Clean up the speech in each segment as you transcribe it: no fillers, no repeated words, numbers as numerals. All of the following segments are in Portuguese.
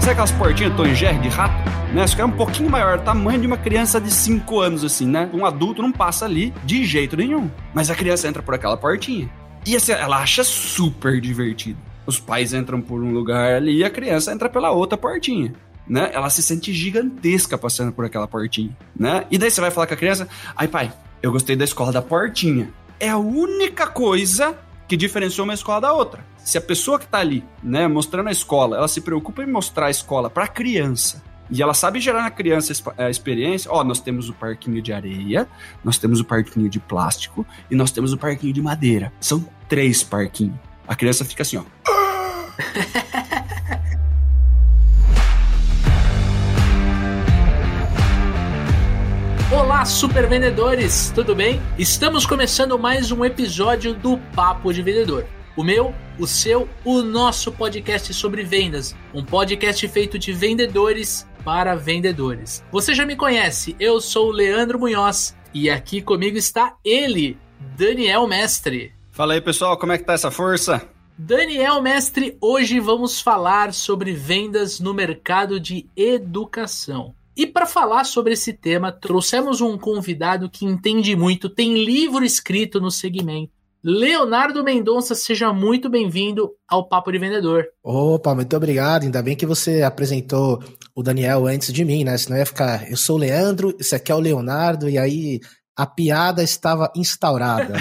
Sabe aquelas portinhas Tom e Jerry de rato? Né? Só que é um pouquinho maior, tamanho de uma criança de 5 anos, assim, né? Um adulto não passa ali de jeito nenhum. Mas a criança entra por aquela portinha. E assim, ela acha super divertido. Os pais entram por um lugar ali e a criança entra pela outra portinha. Né? Ela se sente gigantesca passando por aquela portinha, né? E daí você vai falar com a criança: ai pai, eu gostei da escola da portinha. É a única coisa que diferenciou uma escola da outra. Se a pessoa que tá ali, né, mostrando a escola, ela se preocupa em mostrar a escola pra criança, e ela sabe gerar na criança a experiência, nós temos o parquinho de areia, nós temos o parquinho de plástico e nós temos o parquinho de madeira. São 3 parquinhos. A criança fica assim, ó. Olá, super vendedores, tudo bem? Estamos começando mais um episódio do Papo de Vendedor. O meu, o seu, o nosso podcast sobre vendas. Um podcast feito de vendedores para vendedores. Você já me conhece, eu sou o Leandro Munhoz e aqui comigo está ele, Daniel Mestre. Fala aí, pessoal, como é que tá essa força? Daniel Mestre, hoje vamos falar sobre vendas no mercado de educação. E para falar sobre esse tema, trouxemos um convidado que entende muito, tem livro escrito no segmento. Leonardo Mendonça, seja muito bem-vindo ao Papo de Vendedor. Opa, muito obrigado. Ainda bem que você apresentou o Daniel antes de mim, né? Senão ia ficar, eu sou o Leandro, esse aqui é o Leonardo, e aí a piada estava instaurada.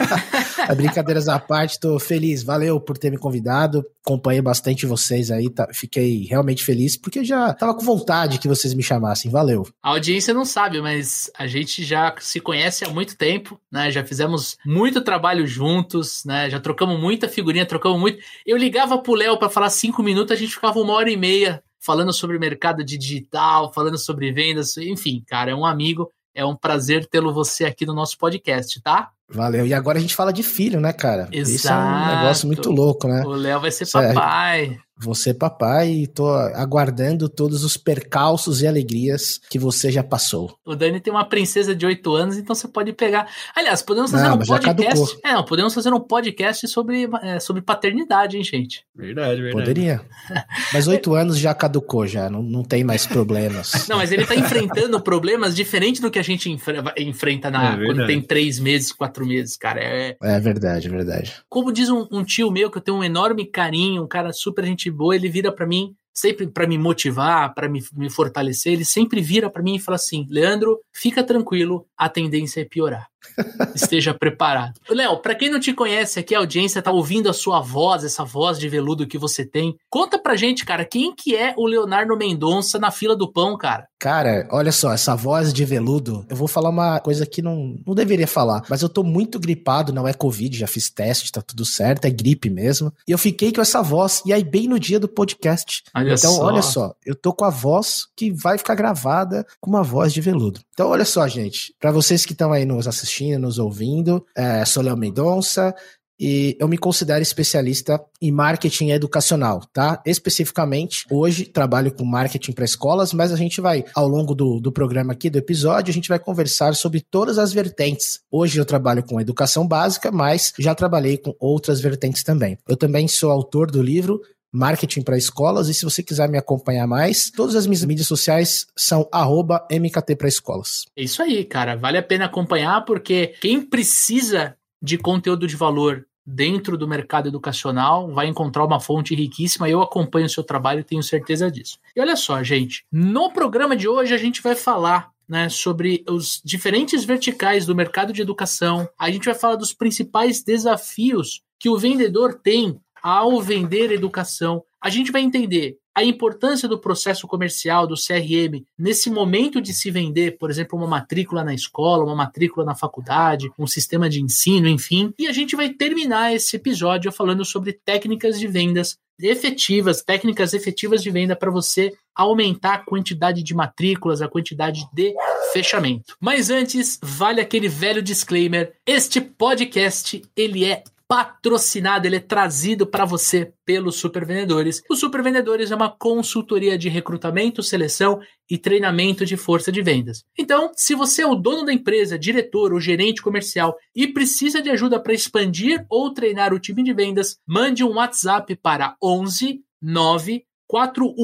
Brincadeiras à parte, tô feliz. Valeu por ter me convidado. Acompanhei bastante vocês aí, fiquei realmente feliz, porque eu já tava com vontade que vocês me chamassem. Valeu. A audiência não sabe, mas a gente já se conhece há muito tempo, né? Já fizemos muito trabalho juntos, né? Já trocamos muita figurinha, trocamos muito. Eu ligava pro Léo para falar 5 minutos, a gente ficava 1h30 falando sobre mercado de digital, falando sobre vendas, enfim, cara, é um amigo. É um prazer tê-lo você aqui no nosso podcast, tá? Valeu. E agora a gente fala de filho, né, cara? Exato. Isso é um negócio muito louco, né? O Léo vai ser papai. Você, papai, e tô aguardando todos os percalços e alegrias que você já passou. O Dani tem uma princesa de 8 anos, então você pode pegar... Aliás, podemos fazer um podcast... podemos fazer um podcast sobre paternidade, hein, gente? Verdade. Poderia. Mas 8 anos já caducou, já. Não tem mais problemas. Não, mas ele tá enfrentando problemas diferentes do que a gente enfrenta quando tem 3 meses, 4 meses, cara. É verdade. Como diz um tio meu, que eu tenho um enorme carinho, um cara super gente boa, ele vira pra mim, sempre pra me motivar, pra me fortalecer, ele sempre vira pra mim e fala assim: Leandro, fica tranquilo, a tendência é piorar. Esteja preparado. Léo, pra quem não te conhece aqui, a audiência tá ouvindo a sua voz, essa voz de veludo que você tem. Conta pra gente, cara, quem que é o Leonardo Mendonça na fila do pão, cara? Cara, olha só, essa voz de veludo, eu vou falar uma coisa que não deveria falar, mas eu tô muito gripado, não é Covid, já fiz teste, tá tudo certo, é gripe mesmo. E eu fiquei com essa voz, e aí bem no dia do podcast. Olha só, eu tô com a voz que vai ficar gravada com uma voz de veludo. Então, olha só, gente, pra vocês que estão aí nos assistindo, nos ouvindo, sou Léo Mendonça, e eu me considero especialista em marketing educacional, tá? Especificamente, hoje trabalho com marketing para escolas, mas a gente vai, ao longo do programa aqui, do episódio, a gente vai conversar sobre todas as vertentes. Hoje eu trabalho com educação básica, mas já trabalhei com outras vertentes também. Eu também sou autor do livro Marketing para Escolas, e se você quiser me acompanhar mais, todas as minhas mídias sociais são @MKT para Escolas. É isso aí, cara. Vale a pena acompanhar, porque quem precisa de conteúdo de valor dentro do mercado educacional vai encontrar uma fonte riquíssima. Eu acompanho o seu trabalho e tenho certeza disso. E olha só, gente, no programa de hoje a gente vai falar, né, sobre os diferentes verticais do mercado de educação. A gente vai falar dos principais desafios que o vendedor tem ao vender educação. A gente vai entender a importância do processo comercial, do CRM, nesse momento de se vender, por exemplo, uma matrícula na escola, uma matrícula na faculdade, um sistema de ensino, enfim. E a gente vai terminar esse episódio falando sobre técnicas de vendas efetivas, técnicas efetivas de venda para você aumentar a quantidade de matrículas, a quantidade de fechamento. Mas antes, vale aquele velho disclaimer: este podcast, ele é patrocinado, ele é trazido para você pelos Super Vendedores. O Super Vendedores é uma consultoria de recrutamento, seleção e treinamento de força de vendas. Então, se você é o dono da empresa, diretor ou gerente comercial e precisa de ajuda para expandir ou treinar o time de vendas, mande um WhatsApp para 11 9 41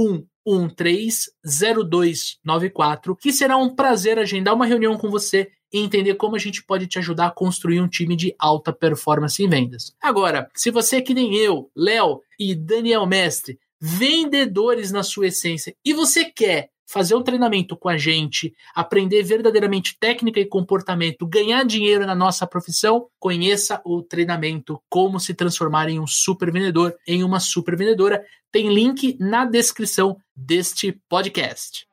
991130294, que será um prazer agendar uma reunião com você e entender como a gente pode te ajudar a construir um time de alta performance em vendas. Agora, se você é que nem eu, Léo e Daniel Mestre, vendedores na sua essência, e você quer fazer um treinamento com a gente, aprender verdadeiramente técnica e comportamento, ganhar dinheiro na nossa profissão, conheça o treinamento Como se transformar em um super vendedor, em uma super vendedora. Tem link na descrição deste podcast.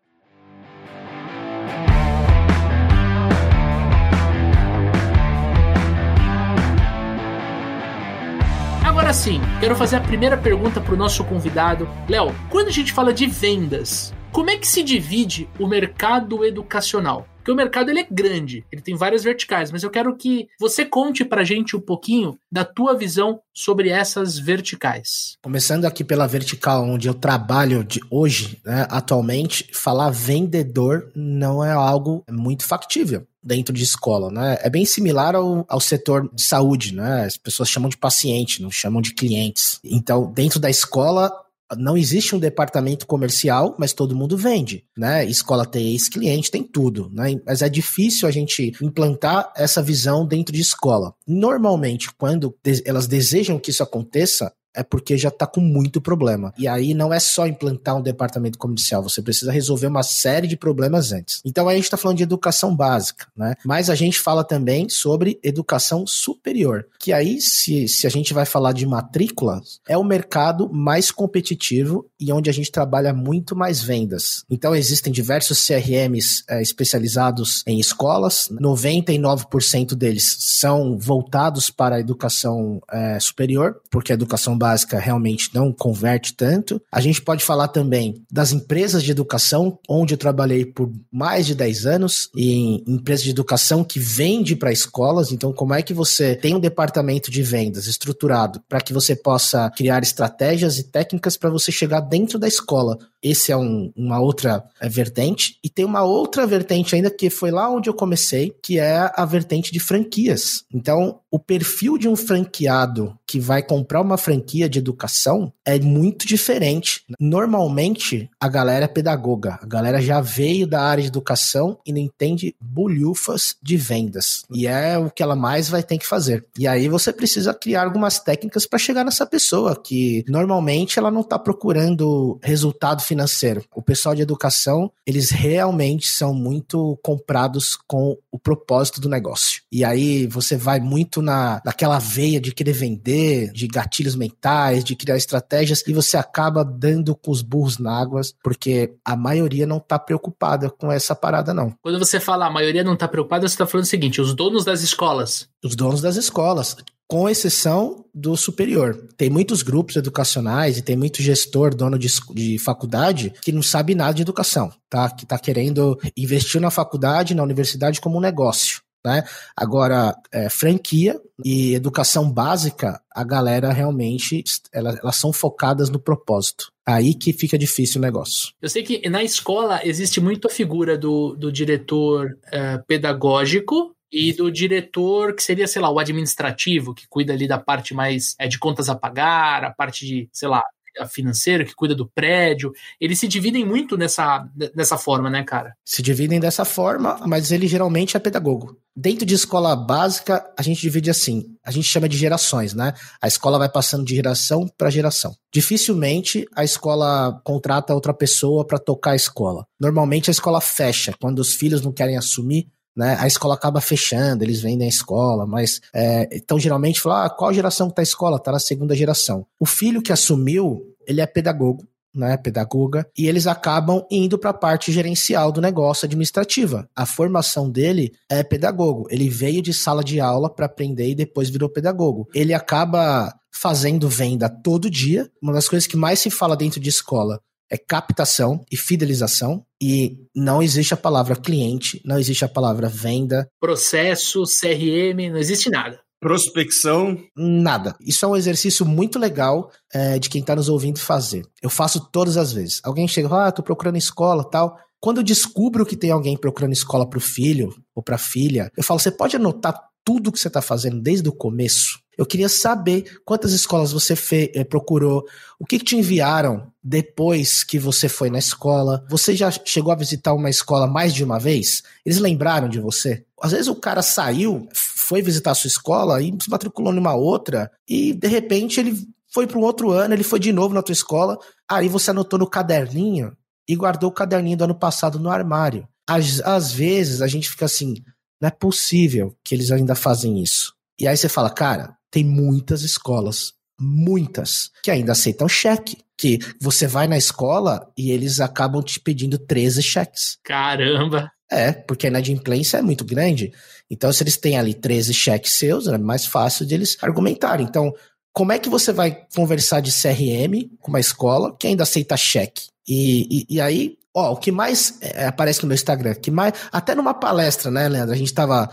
Agora sim, quero fazer a primeira pergunta para o nosso convidado. Léo, quando a gente fala de vendas, como é que se divide o mercado educacional? Porque o mercado ele é grande, ele tem várias verticais, mas eu quero que você conte pra gente um pouquinho da tua visão sobre essas verticais. Começando aqui pela vertical onde eu trabalho hoje, né, atualmente, falar vendedor não é algo muito factível dentro de escola, né? É bem similar ao setor de saúde, né? As pessoas chamam de paciente, não chamam de clientes. Então, dentro da escola, não existe um departamento comercial, mas todo mundo vende, né? Escola tem ex-cliente, tem tudo, né? Mas é difícil a gente implantar essa visão dentro de escola. Normalmente, quando elas desejam que isso aconteça, é porque já está com muito problema. E aí não é só implantar um departamento comercial, você precisa resolver uma série de problemas antes. Então aí a gente está falando de educação básica, né? Mas a gente fala também sobre educação superior, que aí se a gente vai falar de matrícula, é o mercado mais competitivo e onde a gente trabalha muito mais vendas. Então existem diversos CRMs especializados em escolas, 99% deles são voltados para a educação superior, porque a educação básica realmente não converte tanto. A gente pode falar também das empresas de educação, onde eu trabalhei por mais de 10 anos, e em empresas de educação que vende para escolas. Então, como é que você tem um departamento de vendas estruturado para que você possa criar estratégias e técnicas para você chegar dentro da escola? Esse é uma outra vertente. E tem uma outra vertente ainda, que foi lá onde eu comecei, que é a vertente de franquias. Então, o perfil de um franqueado que vai comprar uma franquia de educação é muito diferente. Normalmente, a galera é pedagoga. A galera já veio da área de educação e não entende bolhufas de vendas. E é o que ela mais vai ter que fazer. E aí você precisa criar algumas técnicas para chegar nessa pessoa, que normalmente ela não está procurando resultado financeiro. O pessoal de educação, eles realmente são muito comprados com o propósito do negócio. E aí você vai muito naquela veia de querer vender, de gatilhos mentais, de criar estratégias, e você acaba dando com os burros na água, porque a maioria não está preocupada com essa parada, não. Quando você fala a maioria não está preocupada, você está falando o seguinte: os donos das escolas. Os donos das escolas, com exceção do superior. Tem muitos grupos educacionais e tem muito gestor, dono de faculdade, que não sabe nada de educação, tá? Que está querendo investir na faculdade, na universidade como um negócio, né? Agora, franquia e educação básica, a galera realmente, elas são focadas no propósito. Aí que fica difícil o negócio. Eu sei que na escola existe muito a figura do diretor pedagógico e do diretor que seria, sei lá, o administrativo, que cuida ali da parte mais de contas a pagar, a parte de, sei lá, financeiro, que cuida do prédio. Eles se dividem muito nessa forma, né, cara? Se dividem dessa forma, mas ele geralmente é pedagogo. Dentro de escola básica, a gente divide assim, a gente chama de gerações, né? A escola vai passando de geração para geração. Dificilmente a escola contrata outra pessoa para tocar a escola. Normalmente a escola fecha, quando os filhos não querem assumir, né, a escola acaba fechando, eles vendem a escola, mas então geralmente fala, qual geração que tá a escola? Tá na segunda geração. O filho que assumiu, ele é pedagogo, né, pedagoga, e eles acabam indo para a parte gerencial do negócio, administrativa. A formação dele é pedagogo, ele veio de sala de aula para aprender e depois virou pedagogo. Ele acaba fazendo venda todo dia. Uma das coisas que mais se fala dentro de escola é captação e fidelização, e não existe a palavra cliente, não existe a palavra venda. Processo, CRM, não existe nada. Prospecção. Nada. Isso é um exercício muito legal de quem está nos ouvindo fazer. Eu faço todas as vezes. Alguém chega, tô procurando escola e tal. Quando eu descubro que tem alguém procurando escola para o filho ou para a filha, eu falo, você pode anotar tudo que você está fazendo desde o começo. Eu queria saber quantas escolas você procurou, o que te enviaram depois que você foi na escola. Você já chegou a visitar uma escola mais de uma vez? Eles lembraram de você? Às vezes o cara saiu, foi visitar a sua escola e se matriculou numa outra e de repente ele foi para um outro ano, ele foi de novo na tua escola, aí você anotou no caderninho e guardou o caderninho do ano passado no armário. Às vezes a gente fica assim, não é possível que eles ainda fazem isso. E aí você fala, cara, tem muitas escolas, muitas, que ainda aceitam cheque. Que você vai na escola e eles acabam te pedindo 13 cheques. Caramba! Porque a inadimplência é muito grande. Então, se eles têm ali 13 cheques seus, é mais fácil de eles argumentarem. Então, como é que você vai conversar de CRM com uma escola que ainda aceita cheque? E aí, o que mais aparece no meu Instagram, até numa palestra, né, Leandro? A gente tava.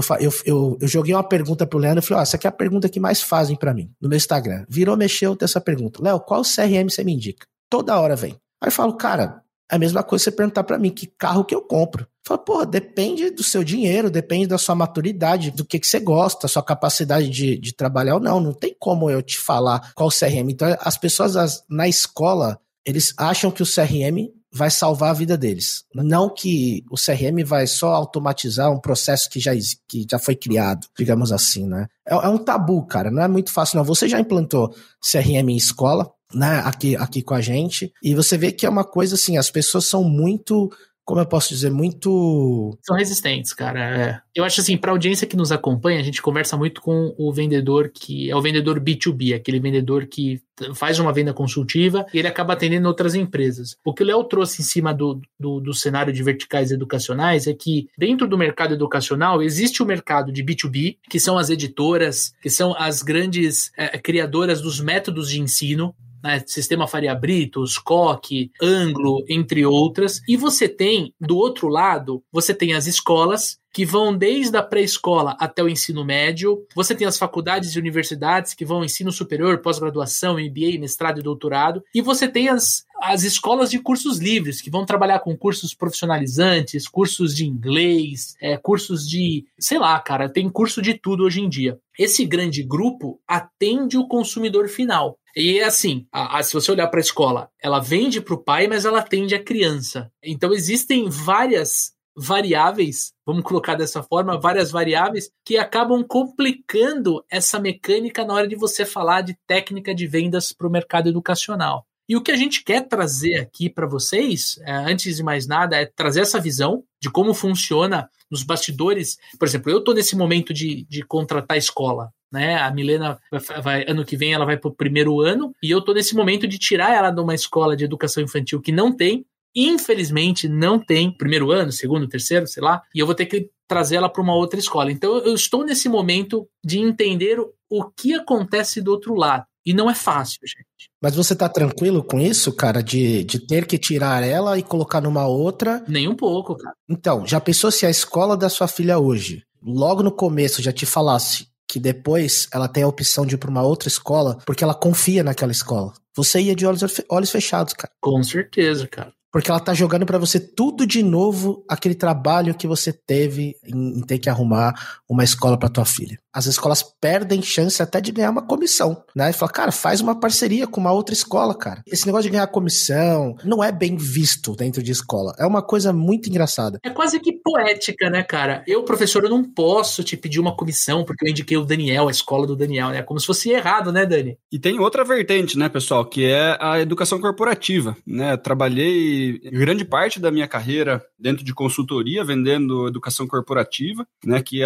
Eu joguei uma pergunta pro Leandro e falei: essa aqui é a pergunta que mais fazem pra mim no meu Instagram. Virou, mexeu, tem essa pergunta. Léo, qual CRM você me indica? Toda hora vem. Aí eu falo, cara, é a mesma coisa você perguntar pra mim que carro que eu compro. Fala, porra, depende do seu dinheiro, depende da sua maturidade, do que você gosta, sua capacidade de trabalhar ou não. Não tem como eu te falar qual CRM. Então, as pessoas na escola, eles acham que o CRM vai salvar a vida deles. Não que o CRM vai só automatizar um processo que já foi criado, digamos assim, né? É um tabu, cara, não é muito fácil não. Você já implantou CRM em escola, né, aqui com a gente, e você vê que é uma coisa assim, as pessoas são muito... Como eu posso dizer, muito... São resistentes, cara. Eu acho assim, pra audiência que nos acompanha, a gente conversa muito com o vendedor que é o vendedor B2B, aquele vendedor que faz uma venda consultiva e ele acaba atendendo outras empresas. O que o Léo trouxe em cima do cenário de verticais educacionais é que dentro do mercado educacional existe o mercado de B2B, que são as editoras, que são as grandes criadoras dos métodos de ensino, né, Sistema Faria Brito, SCOC, Anglo, entre outras. E você tem, do outro lado, você tem as escolas que vão desde a pré-escola até o ensino médio. Você tem as faculdades e universidades que vão ao ensino superior, pós-graduação, MBA, mestrado e doutorado. E você tem as escolas de cursos livres, que vão trabalhar com cursos profissionalizantes, cursos de inglês, cursos de... sei lá, cara, tem curso de tudo hoje em dia. Esse grande grupo atende o consumidor final. E é assim, se você olhar para a escola, ela vende para o pai, mas ela atende a criança. Então existem várias variáveis, vamos colocar dessa forma, várias variáveis que acabam complicando essa mecânica na hora de você falar de técnica de vendas para o mercado educacional. E o que a gente quer trazer aqui para vocês, antes de mais nada, é trazer essa visão de como funciona nos bastidores. Por exemplo, eu estou nesse momento de contratar escola, né? A Milena, ano que vem, ela vai para o primeiro ano, e eu estou nesse momento de tirar ela de uma escola de educação infantil que não tem. Infelizmente, não tem primeiro ano, segundo, terceiro, sei lá, e eu vou ter que trazer ela para uma outra escola. Então, eu estou nesse momento de entender o que acontece do outro lado. E não é fácil, gente. Mas você tá tranquilo com isso, cara? De ter que tirar ela e colocar numa outra? Nem um pouco, cara. Então, já pensou se a escola da sua filha hoje, logo no começo, já te falasse que depois ela tem a opção de ir para uma outra escola porque ela confia naquela escola? Você ia de olhos fechados, cara. Com certeza, cara. Porque ela tá jogando pra você tudo de novo, aquele trabalho que você teve em ter que arrumar uma escola pra tua filha. As escolas perdem chance até de ganhar uma comissão, né? E fala, cara, faz uma parceria com uma outra escola, cara. Esse negócio de ganhar comissão não é bem visto dentro de escola. É uma coisa muito engraçada. É quase que poética, né, cara? Eu, professor, eu não posso te pedir uma comissão porque eu indiquei o Daniel, a escola do Daniel, né? Como se fosse errado, né, Dani? E tem outra vertente, né, pessoal, que é a educação corporativa, né? Eu trabalhei grande parte da minha carreira dentro de consultoria, vendendo educação corporativa, né, que é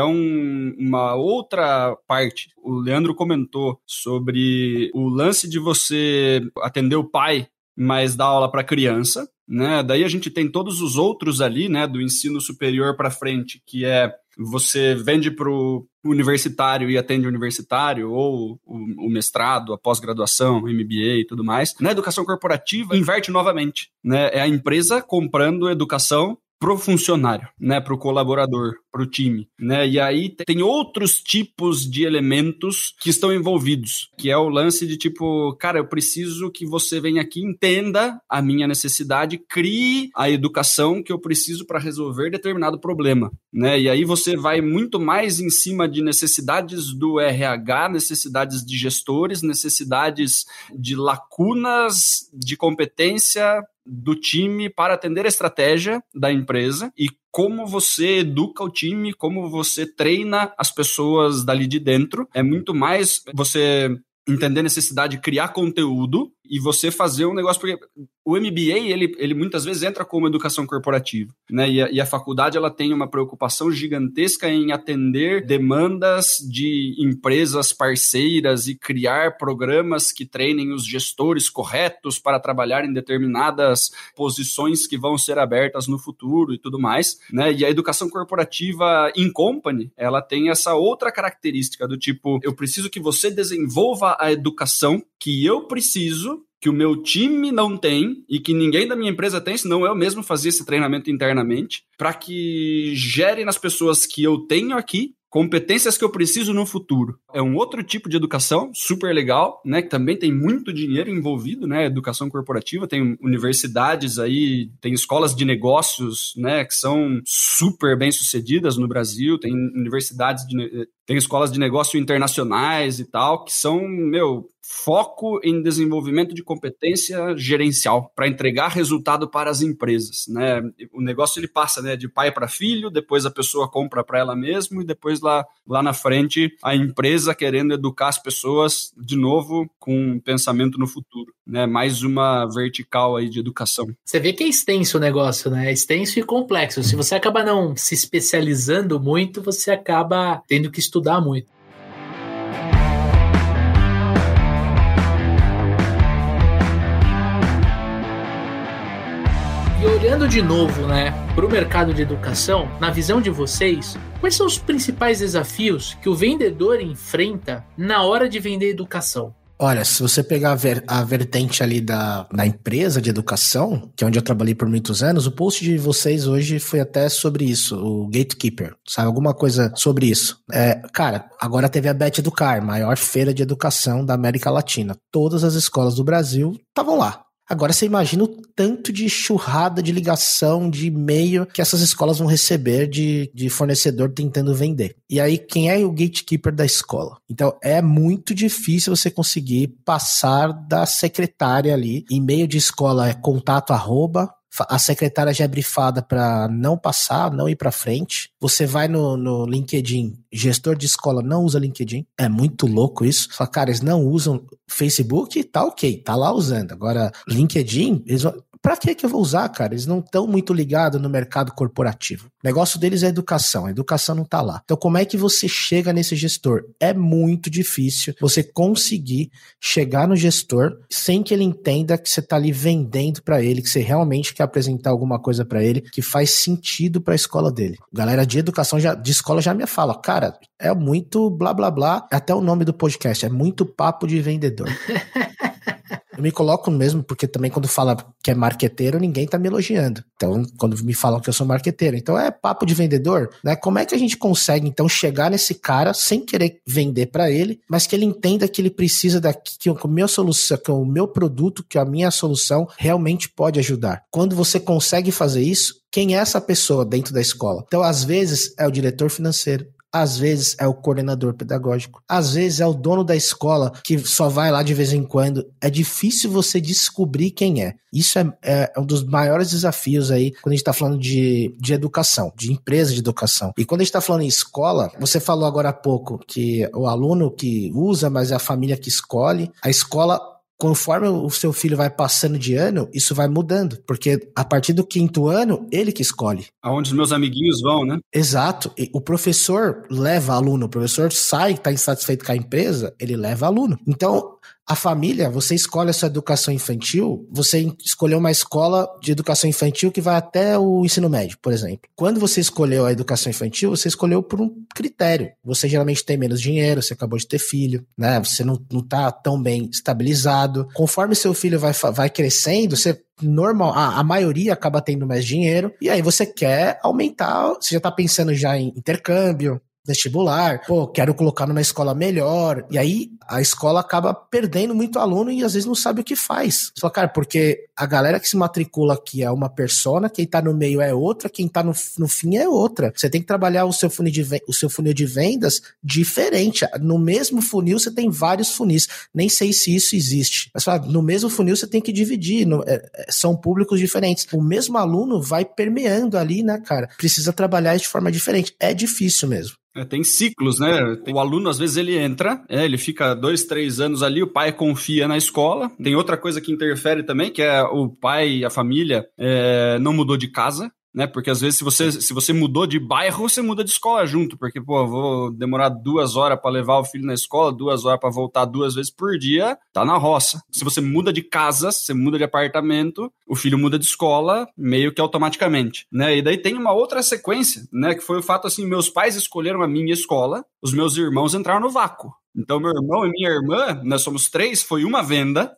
uma outra parte. O Leandro comentou sobre o lance de você atender o pai, mas dar aula para criança, né? Daí a gente tem todos os outros ali, né, do ensino superior para frente, que é você vende para o universitário e atende o universitário, ou o mestrado, a pós-graduação, o MBA e tudo mais. Na educação corporativa, inverte novamente, né? É a empresa comprando educação pro funcionário, né, pro colaborador, pro time, né, e aí tem outros tipos de elementos que estão envolvidos, que é o lance de tipo, cara, eu preciso que você venha aqui, entenda a minha necessidade, crie a educação que eu preciso para resolver determinado problema, né, e aí você vai muito mais em cima de necessidades do RH, necessidades de gestores, necessidades de lacunas de competência do time para atender a estratégia da empresa e como você educa o time, como você treina as pessoas dali de dentro. É muito mais você entender a necessidade de criar conteúdo e você fazer um negócio, porque o MBA, ele muitas vezes entra como educação corporativa, né, e a faculdade, ela tem uma preocupação gigantesca em atender demandas de empresas parceiras e criar programas que treinem os gestores corretos para trabalhar em determinadas posições que vão ser abertas no futuro e tudo mais, né, e a educação corporativa in company, ela tem essa outra característica do tipo, eu preciso que você desenvolva a educação que eu preciso, que o meu time não tem e que ninguém da minha empresa tem, senão eu mesmo fazia esse treinamento internamente, para que gere nas pessoas que eu tenho aqui competências que eu preciso no futuro. É um outro tipo de educação super legal, né, que também tem muito dinheiro envolvido, né, educação corporativa, tem universidades aí, tem escolas de negócios, né, que são super bem sucedidas no Brasil, tem universidades, tem escolas de negócio internacionais e tal, que são, foco em desenvolvimento de competência gerencial para entregar resultado para as empresas, né? O negócio ele passa, né, de pai para filho, depois a pessoa compra para ela mesma e depois lá na frente a empresa querendo educar as pessoas de novo com pensamento no futuro, né? Mais uma vertical aí de educação. Você vê que é extenso o negócio, né? É extenso e complexo. Se você acaba não se especializando muito, você acaba tendo que estudar muito. Olhando de novo, né, para o mercado de educação, na visão de vocês, quais são os principais desafios que o vendedor enfrenta na hora de vender educação? Olha, se você pegar a vertente ali da empresa de educação, que é onde eu trabalhei por muitos anos, o post de vocês hoje foi até sobre isso, o Gatekeeper, sabe? Alguma coisa sobre isso. Cara, agora teve a Bet Educar, maior feira de educação da América Latina. Todas as escolas do Brasil estavam lá. Agora você imagina o tanto de churrada, de ligação, de e-mail que essas escolas vão receber de fornecedor tentando vender. E aí, quem é o gatekeeper da escola? Então, é muito difícil você conseguir passar da secretária ali. E-mail de escola é contato @ a secretária já é brifada para não passar, não ir para frente. Você vai no LinkedIn, gestor de escola não usa LinkedIn. É muito louco isso. Só, cara, eles não usam Facebook, tá ok, tá lá usando. Agora, LinkedIn, eles vão... Pra que eu vou usar, cara? Eles não estão muito ligados no mercado corporativo. O negócio deles é educação. A educação não tá lá. Então, como é que você chega nesse gestor? É muito difícil você conseguir chegar no gestor sem que ele entenda que você tá ali vendendo pra ele, que você realmente quer apresentar alguma coisa pra ele que faz sentido pra escola dele. Galera de educação, de escola já me fala, cara, é muito blá blá blá, até o nome do podcast, é muito papo de vendedor. Eu me coloco mesmo, porque também quando fala que é marqueteiro, ninguém tá me elogiando. Então, quando me falam que eu sou marqueteiro. Então, é papo de vendedor, né? Como é que a gente consegue, então, chegar nesse cara sem querer vender pra ele, mas que ele entenda que ele precisa que a minha solução, que o meu produto, que a minha solução realmente pode ajudar. Quando você consegue fazer isso, quem é essa pessoa dentro da escola? Então, às vezes, é o diretor financeiro. Às vezes é o coordenador pedagógico, às vezes é o dono da escola que só vai lá de vez em quando. É difícil você descobrir quem é. Isso é um dos maiores desafios aí quando a gente está falando de educação, de empresa de educação. E quando a gente está falando em escola, você falou agora há pouco que o aluno que usa, mas é a família que escolhe. A escola, conforme o seu filho vai passando de ano, isso vai mudando, porque a partir do 5º ano, ele que escolhe. Aonde os meus amiguinhos vão, né? Exato. E o professor leva aluno, o professor sai, está insatisfeito com a empresa, ele leva aluno. Então, a família, você escolhe a sua educação infantil, você escolheu uma escola de educação infantil que vai até o ensino médio, por exemplo. Quando você escolheu a educação infantil, você escolheu por um critério. Você geralmente tem menos dinheiro, você acabou de ter filho, né? Você não tá tão bem estabilizado. Conforme seu filho vai crescendo, você normal, a maioria acaba tendo mais dinheiro, e aí você quer aumentar, você já tá pensando já em intercâmbio, vestibular, quero colocar numa escola melhor, e aí a escola acaba perdendo muito aluno e às vezes não sabe o que faz. Você fala, cara, porque a galera que se matricula aqui é uma persona, quem tá no meio é outra, quem tá no fim é outra. Você tem que trabalhar o seu funil de vendas diferente. No mesmo funil você tem vários funis, nem sei se isso existe. Mas no mesmo funil você tem que dividir, são públicos diferentes. O mesmo aluno vai permeando ali, né, cara? Precisa trabalhar de forma diferente. É difícil mesmo. Tem ciclos, né? O aluno, às vezes, ele entra, ele fica 2, 3 anos ali, o pai confia na escola. Tem outra coisa que interfere também, que é o pai e a família não mudou de casa, né? Porque às vezes se você mudou de bairro, você muda de escola junto, porque, vou demorar 2 horas para levar o filho na escola, 2 horas para voltar 2 vezes por dia, tá na roça. Se você muda de casa, você muda de apartamento, o filho muda de escola meio que automaticamente, né? E daí tem uma outra sequência, né? Que foi o fato, assim, meus pais escolheram a minha escola, os meus irmãos entraram no vácuo. Então, meu irmão e minha irmã, nós somos 3, foi uma venda.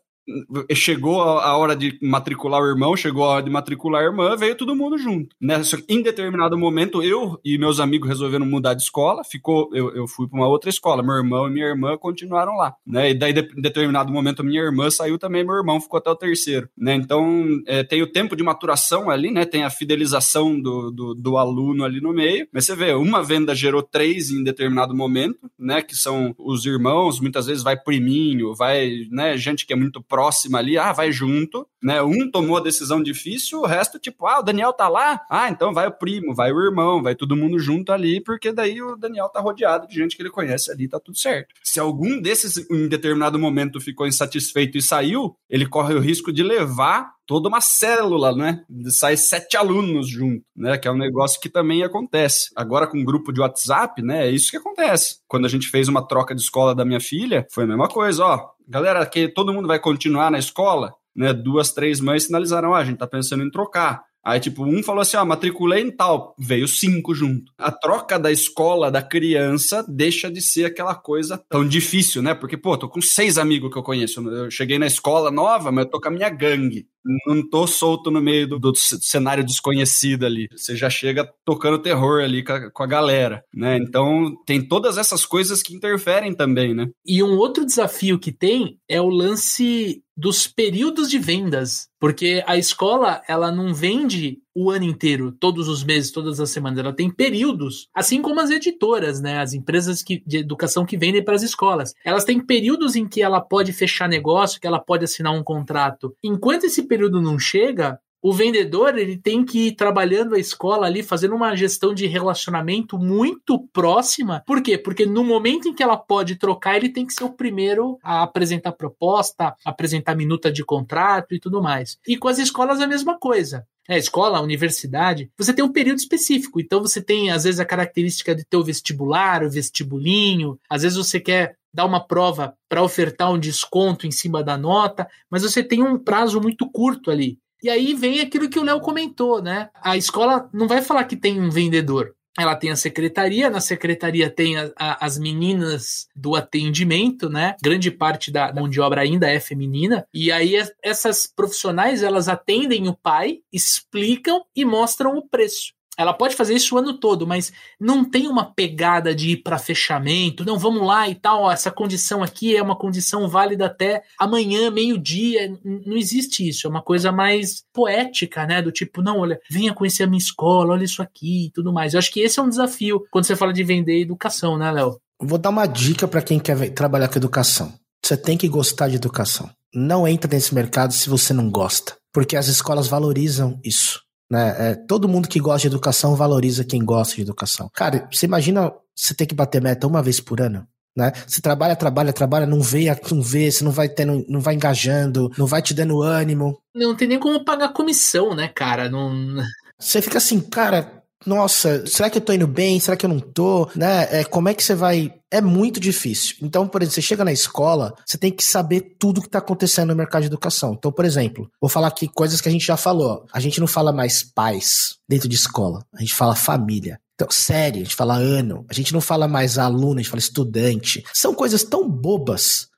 Chegou a hora de matricular o irmão, chegou a hora de matricular a irmã, veio todo mundo junto, né? Em determinado momento, eu e meus amigos resolveram mudar de escola, eu fui para uma outra escola, meu irmão e minha irmã continuaram lá, né? E daí, em determinado momento, minha irmã saiu também, meu irmão ficou até o terceiro, né? Então, tem o tempo de maturação ali, né? Tem a fidelização do aluno ali no meio, mas você vê, uma venda gerou 3 em determinado momento, né? Que são os irmãos, muitas vezes vai priminho, vai, né? Gente que é muito próxima ali, vai junto, né? Um tomou a decisão difícil, o resto, tipo, o Daniel tá lá? Então vai o primo, vai o irmão, vai todo mundo junto ali, porque daí o Daniel tá rodeado de gente que ele conhece ali, tá tudo certo. Se algum desses, em determinado momento, ficou insatisfeito e saiu, ele corre o risco de levar toda uma célula, né? Sai 7 alunos junto, né? Que é um negócio que também acontece. Agora com o grupo de WhatsApp, né? É isso que acontece. Quando a gente fez uma troca de escola da minha filha, foi a mesma coisa, galera, que todo mundo vai continuar na escola, né? 2, 3 mães sinalizaram, a gente tá pensando em trocar. Aí, tipo, um falou assim, matriculei em tal, veio 5 junto. A troca da escola da criança deixa de ser aquela coisa tão difícil, né? Porque, tô com 6 amigos que eu conheço. Eu cheguei na escola nova, mas eu tô com a minha gangue. Não tô solto no meio do cenário desconhecido ali. Você já chega tocando terror ali com a galera, né? Então, tem todas essas coisas que interferem também, né? E um outro desafio que tem é o lance dos períodos de vendas, porque a escola, ela não vende o ano inteiro, todos os meses, todas as semanas, ela tem períodos, assim como as editoras, né, as empresas de educação que vendem para as escolas, elas têm períodos em que ela pode fechar negócio, que ela pode assinar um contrato. Enquanto esse período não chega, o vendedor, ele tem que ir trabalhando a escola ali, fazendo uma gestão de relacionamento muito próxima. Por quê? Porque no momento em que ela pode trocar, ele tem que ser o primeiro a apresentar proposta, apresentar minuta de contrato e tudo mais. E com as escolas a mesma coisa. Escola, universidade, você tem um período específico. Então você tem, às vezes, a característica de ter o vestibular, o vestibulinho. Às vezes você quer dar uma prova para ofertar um desconto em cima da nota, mas você tem um prazo muito curto ali. E aí vem aquilo que o Léo comentou, né? A escola não vai falar que tem um vendedor. Ela tem a secretaria, na secretaria tem as meninas do atendimento, né? Grande parte da mão de obra ainda é feminina. E aí essas profissionais, elas atendem o pai, explicam e mostram o preço. Ela pode fazer isso o ano todo, mas não tem uma pegada de ir para fechamento. Não, vamos lá e tal. Essa condição aqui é uma condição válida até amanhã, meio-dia. Não existe isso. É uma coisa mais poética, né? Do tipo, não, olha, venha conhecer a minha escola, olha isso aqui e tudo mais. Eu acho que esse é um desafio quando você fala de vender educação, né, Léo? Vou dar uma dica para quem quer trabalhar com educação. Você tem que gostar de educação. Não entra nesse mercado se você não gosta, porque as escolas valorizam isso. Né? Todo mundo que gosta de educação valoriza quem gosta de educação. Cara, você imagina você ter que bater meta uma vez por ano? Né? Você trabalha, não vê, você não vai engajando, não vai te dando ânimo. Não tem nem como pagar comissão, né, cara? Não... Você fica assim, cara, nossa, será que eu tô indo bem? Será que eu não tô? Né? Como é que você vai... É muito difícil. Então, por exemplo, você chega na escola, você tem que saber tudo que tá acontecendo no mercado de educação. Então, por exemplo, vou falar aqui coisas que a gente já falou. A gente não fala mais pais dentro de escola. A gente fala família. Então, série, a gente fala ano. A gente não fala mais aluno, a gente fala estudante. São coisas tão bobas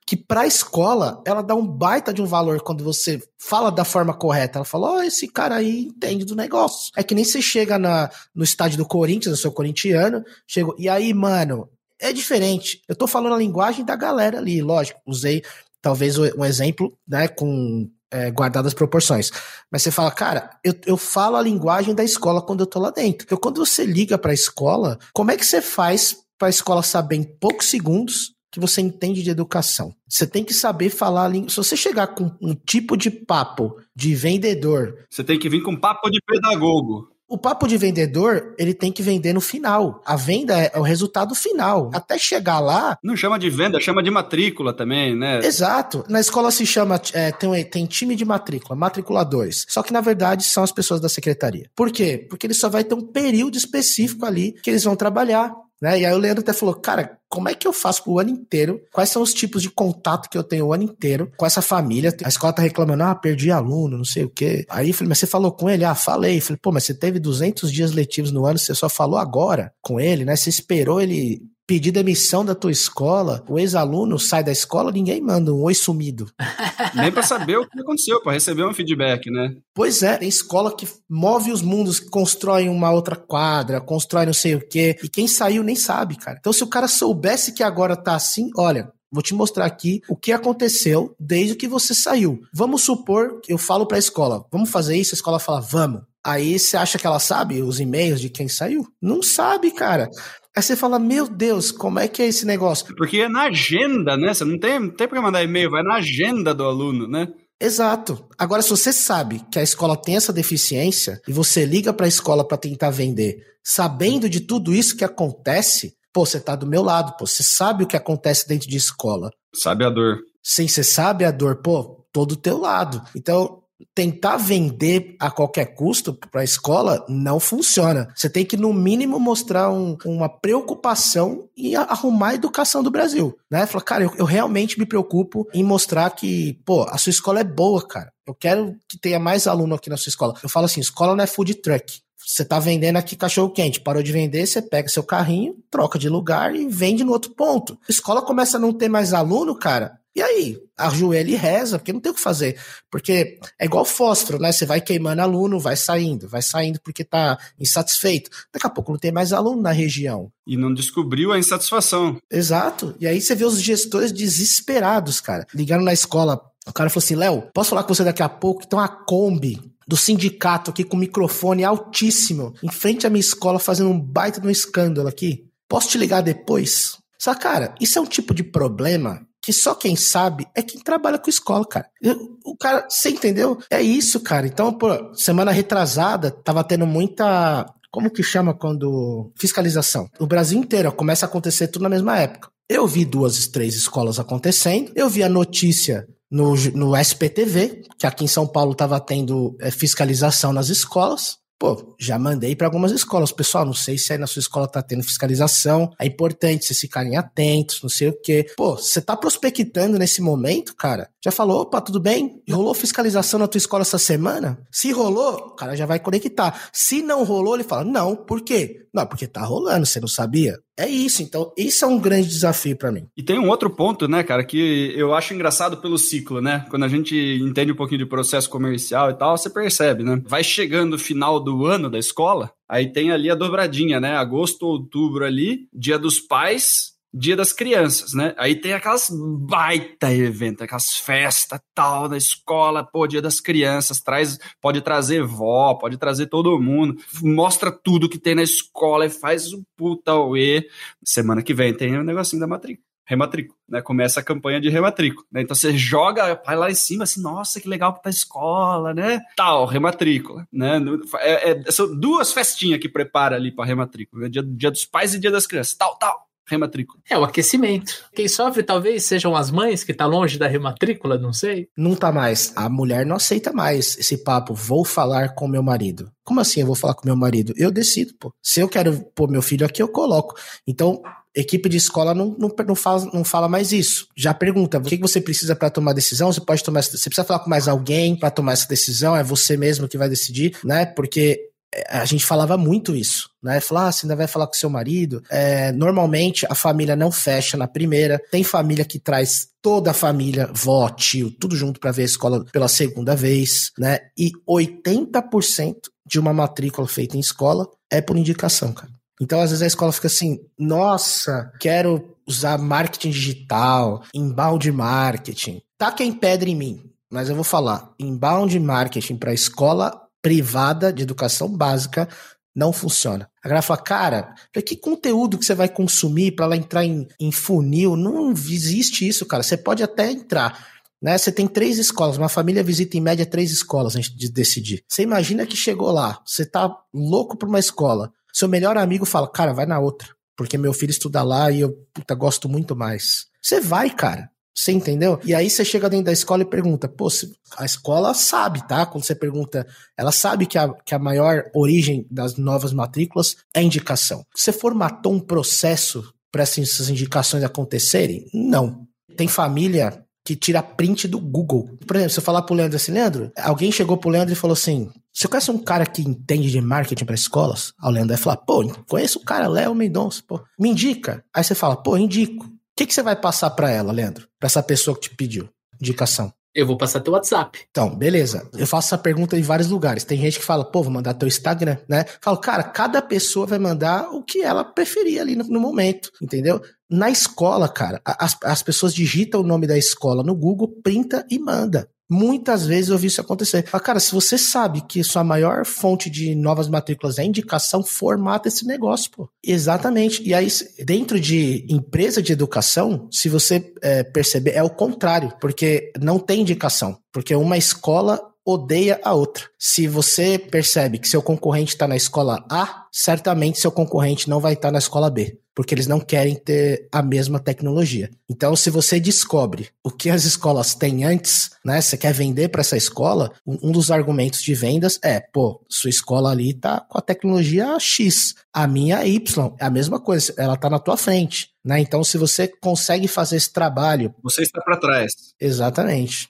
que pra escola, ela dá um baita de um valor quando você fala da forma correta. Ela fala, esse cara aí entende do negócio. É que nem você chega no estádio do Corinthians, eu sou corintiano, chego, e aí, mano, é diferente. Eu tô falando a linguagem da galera ali, lógico, usei talvez um exemplo, né, com guardadas as proporções. Mas você fala, cara, eu falo a linguagem da escola quando eu tô lá dentro. Então, quando você liga pra escola, como é que você faz pra escola saber em poucos segundos que você entende de educação? Você tem que saber falar a língua. Se você chegar com um tipo de papo de vendedor... Você tem que vir com papo de pedagogo. O papo de vendedor, ele tem que vender no final. A venda é o resultado final. Até chegar lá... Não chama de venda, chama de matrícula também, né? Exato. Na escola se chama... tem time de matrícula, matriculadores. Só que, na verdade, são as pessoas da secretaria. Por quê? Porque ele só vai ter um período específico ali que eles vão trabalhar. Né? E aí o Leandro até falou, cara, como é que eu faço pro ano inteiro? Quais são os tipos de contato que eu tenho o ano inteiro com essa família? A escola tá reclamando, perdi aluno, não sei o quê. Aí eu falei, mas você falou com ele? Falei. Falei, pô, mas você teve 200 dias letivos no ano, você só falou agora com ele, né? Você esperou ele pedir demissão da tua escola, o ex-aluno sai da escola, ninguém manda um oi sumido. Nem pra saber o que aconteceu, pra receber um feedback, né? Pois é, tem escola que move os mundos, que constrói uma outra quadra, constrói não sei o quê, e quem saiu nem sabe, cara. Então se o cara soubesse que agora tá assim, olha, vou te mostrar aqui o que aconteceu desde que você saiu. Vamos supor que eu falo pra escola, vamos fazer isso? A escola fala, vamos. Aí você acha que ela sabe os e-mails de quem saiu? Não sabe, cara. Aí você fala, meu Deus, como é que é esse negócio? Porque é na agenda, né? Você não tem pra mandar e-mail, vai na agenda do aluno, né? Exato. Agora, se você sabe que a escola tem essa deficiência e você liga para a escola para tentar vender, sabendo de tudo isso que acontece, pô, você tá do meu lado, pô, você sabe o que acontece dentro de escola. Sabe a dor. Sim, você sabe a dor, pô, tô do teu lado. Então, tentar vender a qualquer custo para a escola não funciona. Você tem que, no mínimo, mostrar uma preocupação e arrumar a educação do Brasil, né? Falar, cara, eu realmente me preocupo em mostrar que, pô, a sua escola é boa, cara. Eu quero que tenha mais aluno aqui na sua escola. Eu falo assim, escola não é food truck. Você tá vendendo aqui cachorro quente, parou de vender, você pega seu carrinho, troca de lugar e vende no outro ponto. A escola começa a não ter mais aluno, cara. E aí, ajoelha e reza, porque não tem o que fazer. Porque é igual fósforo, né? Você vai queimando aluno, vai saindo porque tá insatisfeito. Daqui a pouco não tem mais aluno na região. E não descobriu a insatisfação. Exato. E aí você vê os gestores desesperados, cara. Ligaram na escola, o cara falou assim, Léo, posso falar com você daqui a pouco? Então a Kombi do sindicato aqui com microfone altíssimo, em frente à minha escola, fazendo um baita de um escândalo aqui. Posso te ligar depois? Só, cara, isso é um tipo de problema que só quem sabe é quem trabalha com escola, cara. O cara, você entendeu? É isso, cara. Então, pô, semana retrasada, tava tendo muita... Como que chama quando... Fiscalização. O Brasil inteiro começa a acontecer tudo na mesma época. Eu vi 2, 3 escolas acontecendo. Eu vi a notícia no SPTV, que aqui em São Paulo tava tendo fiscalização nas escolas. Pô, já mandei para algumas escolas. Pessoal, não sei se aí na sua escola tá tendo fiscalização. É importante vocês ficarem atentos, não sei o quê. Pô, você tá prospectando nesse momento, cara? Já falou, opa, tudo bem? Rolou fiscalização na tua escola essa semana? Se rolou, o cara já vai conectar. Se não rolou, ele fala, não, por quê? Não, porque tá rolando, você não sabia? É isso, então, isso é um grande desafio pra mim. E tem um outro ponto, né, cara, que eu acho engraçado pelo ciclo, né? Quando a gente entende um pouquinho de processo comercial e tal, você percebe, né? Vai chegando o final do ano da escola, aí tem ali a dobradinha, né? Agosto, outubro ali, Dia dos Pais, Dia das Crianças, né? Aí tem aquelas baita eventos, aquelas festas tal da escola, pô, Dia das Crianças, pode trazer vó, pode trazer todo mundo, mostra tudo que tem na escola e faz o puta uê. Semana que vem tem o negocinho da matrícula. Rematrícula, né? Começa a campanha de rematrícula, né? Então você joga, vai lá em cima, assim, nossa, que legal que tá a escola, né? Tal, rematrícula, né? São 2 festinhas que prepara ali pra rematrícula, né? Dia dos Pais e Dia das Crianças, tal. Rematrícula. É o aquecimento. Quem sofre talvez sejam as mães que tá longe da rematrícula, não sei. Não tá mais. A mulher não aceita mais esse papo, vou falar com meu marido. Como assim eu vou falar com meu marido? Eu decido, pô. Se eu quero pôr meu filho aqui, eu coloco. Então, equipe de escola não fala mais isso. Já pergunta, o que você precisa para tomar decisão? Você precisa falar com mais alguém para tomar essa decisão? É você mesmo que vai decidir, né? Porque a gente falava muito isso, né? Falar, você ainda vai falar com seu marido. Normalmente a família não fecha na primeira. Tem família que traz toda a família, vó, tio, tudo junto para ver a escola pela segunda vez, né? E 80% de uma matrícula feita em escola é por indicação, cara. Então, às vezes a escola fica assim, nossa, quero usar marketing digital, inbound marketing. Taquem pedra em mim, mas eu vou falar, inbound marketing para escola privada de educação básica não funciona. A galera fala, cara, que conteúdo que você vai consumir para ela entrar em funil? Não existe isso, cara. Você pode até entrar, né? Você tem 3 escolas, uma família visita em média 3 escolas antes de decidir. Você imagina que chegou lá, você tá louco por uma escola, seu melhor amigo fala, cara, vai na outra, porque meu filho estuda lá e eu, gosto muito mais. Você vai, cara. Você entendeu? E aí você chega dentro da escola e pergunta, pô, a escola sabe, tá? Quando você pergunta, ela sabe que a maior origem das novas matrículas é indicação. Você formatou um processo para essas indicações acontecerem? Não. Tem família que tira print do Google. Por exemplo, se eu falar pro Leandro assim, Leandro, alguém chegou pro Leandro e falou assim, você conhece um cara que entende de marketing para escolas? Aí o Leandro vai falar, pô, conheço o cara, Léo Mendonça, pô, me indica. Aí você fala, pô, indico. O que você vai passar para ela, Leandro? Para essa pessoa que te pediu indicação? Eu vou passar teu WhatsApp. Então, beleza. Eu faço essa pergunta em vários lugares. Tem gente que fala, pô, vou mandar teu Instagram, né? Falo, cara, cada pessoa vai mandar o que ela preferir ali no momento, entendeu? Na escola, cara, as pessoas digitam o nome da escola no Google, printa e manda. Muitas vezes eu vi isso acontecer. Mas, cara, se você sabe que sua maior fonte de novas matrículas é indicação, formata esse negócio, pô. Exatamente. E aí, dentro de empresa de educação, se você perceber, é o contrário, porque não tem indicação. Porque uma escola odeia a outra. Se você percebe que seu concorrente está na escola A, certamente seu concorrente não vai estar na escola B, porque eles não querem ter a mesma tecnologia. Então, se você descobre o que as escolas têm antes, né, você quer vender para essa escola, um dos argumentos de vendas é, pô, sua escola ali tá com a tecnologia X, a minha Y, é a mesma coisa, ela tá na tua frente, né? Então, se você consegue fazer esse trabalho... Você está para trás. Exatamente.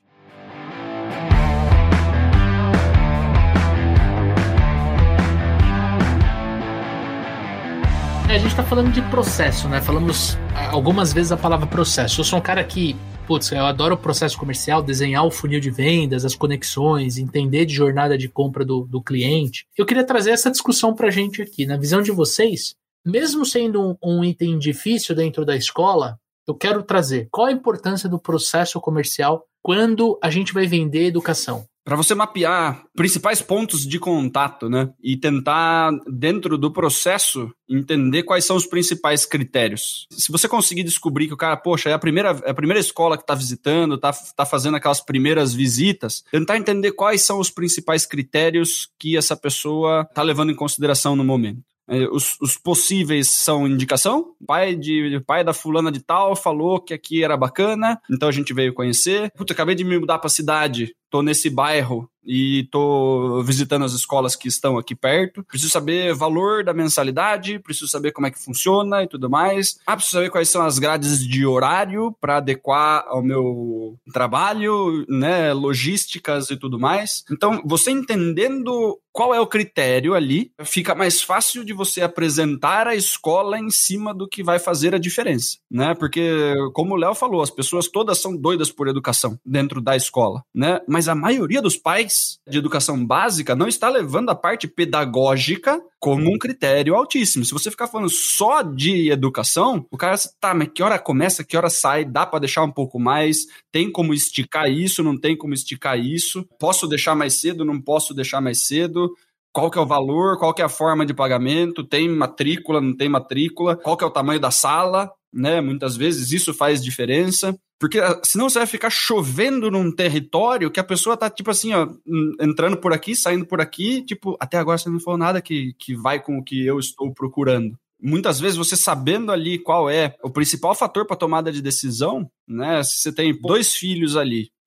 A gente tá falando de processo, né? Falamos algumas vezes a palavra processo. Eu sou um cara que, eu adoro o processo comercial, desenhar o funil de vendas, as conexões, entender de jornada de compra do cliente. Eu queria trazer essa discussão pra gente aqui. Na visão de vocês, mesmo sendo um item difícil dentro da escola, eu quero trazer qual a importância do processo comercial quando a gente vai vender educação. Para você mapear principais pontos de contato, né? E tentar, dentro do processo, entender quais são os principais critérios. Se você conseguir descobrir que o cara, poxa, é a primeira escola que está visitando, tá fazendo aquelas primeiras visitas, tentar entender quais são os principais critérios que essa pessoa está levando em consideração no momento. Os possíveis são indicação, pai da fulana de tal falou que aqui era bacana, então a gente veio conhecer. Acabei de me mudar para a cidade, tô nesse bairro e tô visitando as escolas que estão aqui perto. Preciso saber o valor da mensalidade, preciso saber como é que funciona e tudo mais. Preciso saber quais são as grades de horário para adequar ao meu trabalho, né, logísticas e tudo mais. Então, você entendendo qual é o critério ali, fica mais fácil de você apresentar a escola em cima do que vai fazer a diferença, né? Porque, como o Léo falou, as pessoas todas são doidas por educação dentro da escola, né? Mas a maioria dos pais de educação básica não está levando a parte pedagógica como um critério altíssimo. Se você ficar falando só de educação, o cara, tá, mas que hora começa, que hora sai, dá para deixar um pouco mais, tem como esticar isso, não tem como esticar isso, posso deixar mais cedo, não posso deixar mais cedo, qual que é o valor, qual que é a forma de pagamento, tem matrícula, não tem matrícula, qual que é o tamanho da sala, né? Muitas vezes isso faz diferença. Porque senão você vai ficar chovendo num território que a pessoa tá, tipo assim, ó, entrando por aqui, saindo por aqui, tipo, até agora você não falou nada que vai com o que eu estou procurando. Muitas vezes você sabendo ali qual é o principal fator para tomada de decisão, né? Se você tem 2 filhos ali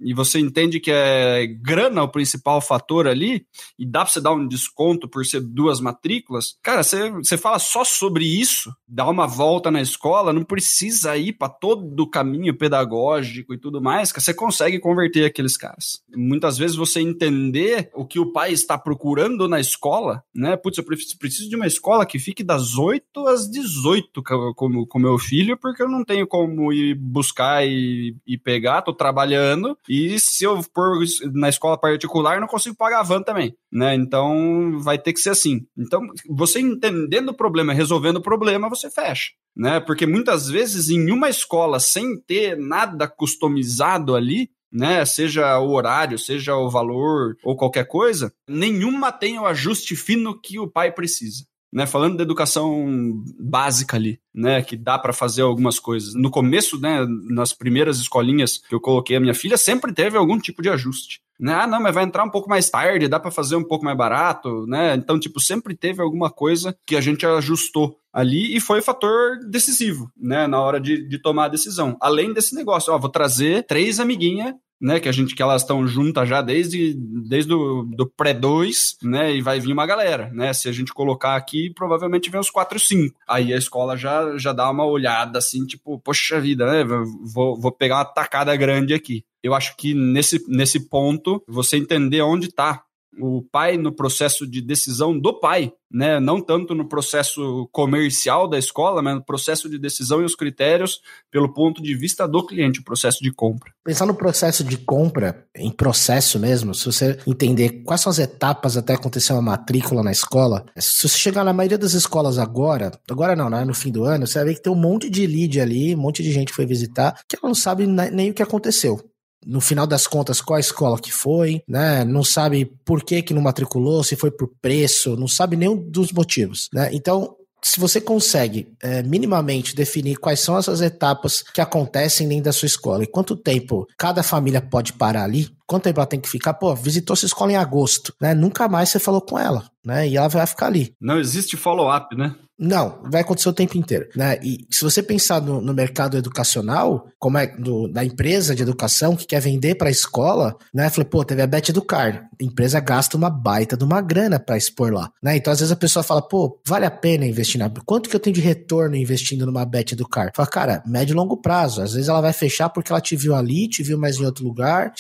e você entende que é grana o principal fator ali, e dá pra você dar um desconto por ser 2 matrículas, cara, você fala só sobre isso, dá uma volta na escola, não precisa ir pra todo o caminho pedagógico e tudo mais, que você consegue converter aqueles caras. Muitas vezes você entender o que o pai está procurando na escola, né? Putz, eu preciso de uma escola que fique das 8 às 18 com meu filho, porque eu não tenho como ir buscar e pegar, tô trabalhando, e se eu for na escola particular, eu não consigo pagar a van também, né? Então, vai ter que ser assim. Então, você entendendo o problema, resolvendo o problema, você fecha, né? Porque muitas vezes, em uma escola, sem ter nada customizado ali, né, seja o horário, seja o valor ou qualquer coisa, nenhuma tem o ajuste fino que o pai precisa. Né, falando da educação básica ali, né, que dá para fazer algumas coisas. No começo, né, nas primeiras escolinhas que eu coloquei a minha filha, sempre teve algum tipo de ajuste. Né? Ah, não, mas vai entrar um pouco mais tarde, dá para fazer um pouco mais barato, né? Então, tipo, sempre teve alguma coisa que a gente ajustou ali e foi fator decisivo, né, na hora de tomar a decisão. Além desse negócio, ó, vou trazer 3 amiguinhas, né, que elas estão juntas já desde do pré-2, né, e vai vir uma galera, né, se a gente colocar aqui, provavelmente vem uns 4 ou 5. Aí a escola já dá uma olhada assim, tipo, poxa vida, né, vou pegar uma tacada grande aqui. Eu acho que nesse ponto, você entender onde está o pai no processo de decisão do pai, né? Não tanto no processo comercial da escola, mas no processo de decisão e os critérios pelo ponto de vista do cliente, o processo de compra. Pensar no processo de compra, em processo mesmo, se você entender quais são as etapas até acontecer uma matrícula na escola, se você chegar na maioria das escolas agora não, né? No fim do ano, você vai ver que tem um monte de lead ali, um monte de gente que foi visitar, que ela não sabe nem o que aconteceu. No final das contas, qual a escola que foi, né? Não sabe por que não matriculou, se foi por preço, não sabe nenhum dos motivos, né? Então, se você consegue minimamente definir quais são essas etapas que acontecem dentro da sua escola e quanto tempo cada família pode parar ali, quanto tempo ela tem que ficar, pô, visitou sua escola em agosto, né? Nunca mais você falou com ela, né? E ela vai ficar ali. Não existe follow-up, né? Não, vai acontecer o tempo inteiro, né? E se você pensar no mercado educacional, como é da empresa de educação que quer vender para a escola, né? Falei, pô, teve a Bet Educar, a empresa gasta uma baita de uma grana para expor lá, né? Então às vezes a pessoa fala, pô, vale a pena investir quanto que eu tenho de retorno investindo numa Bet Educar? Fala, cara, médio e longo prazo. Às vezes ela vai fechar porque ela te viu ali, te viu mais em outro lugar,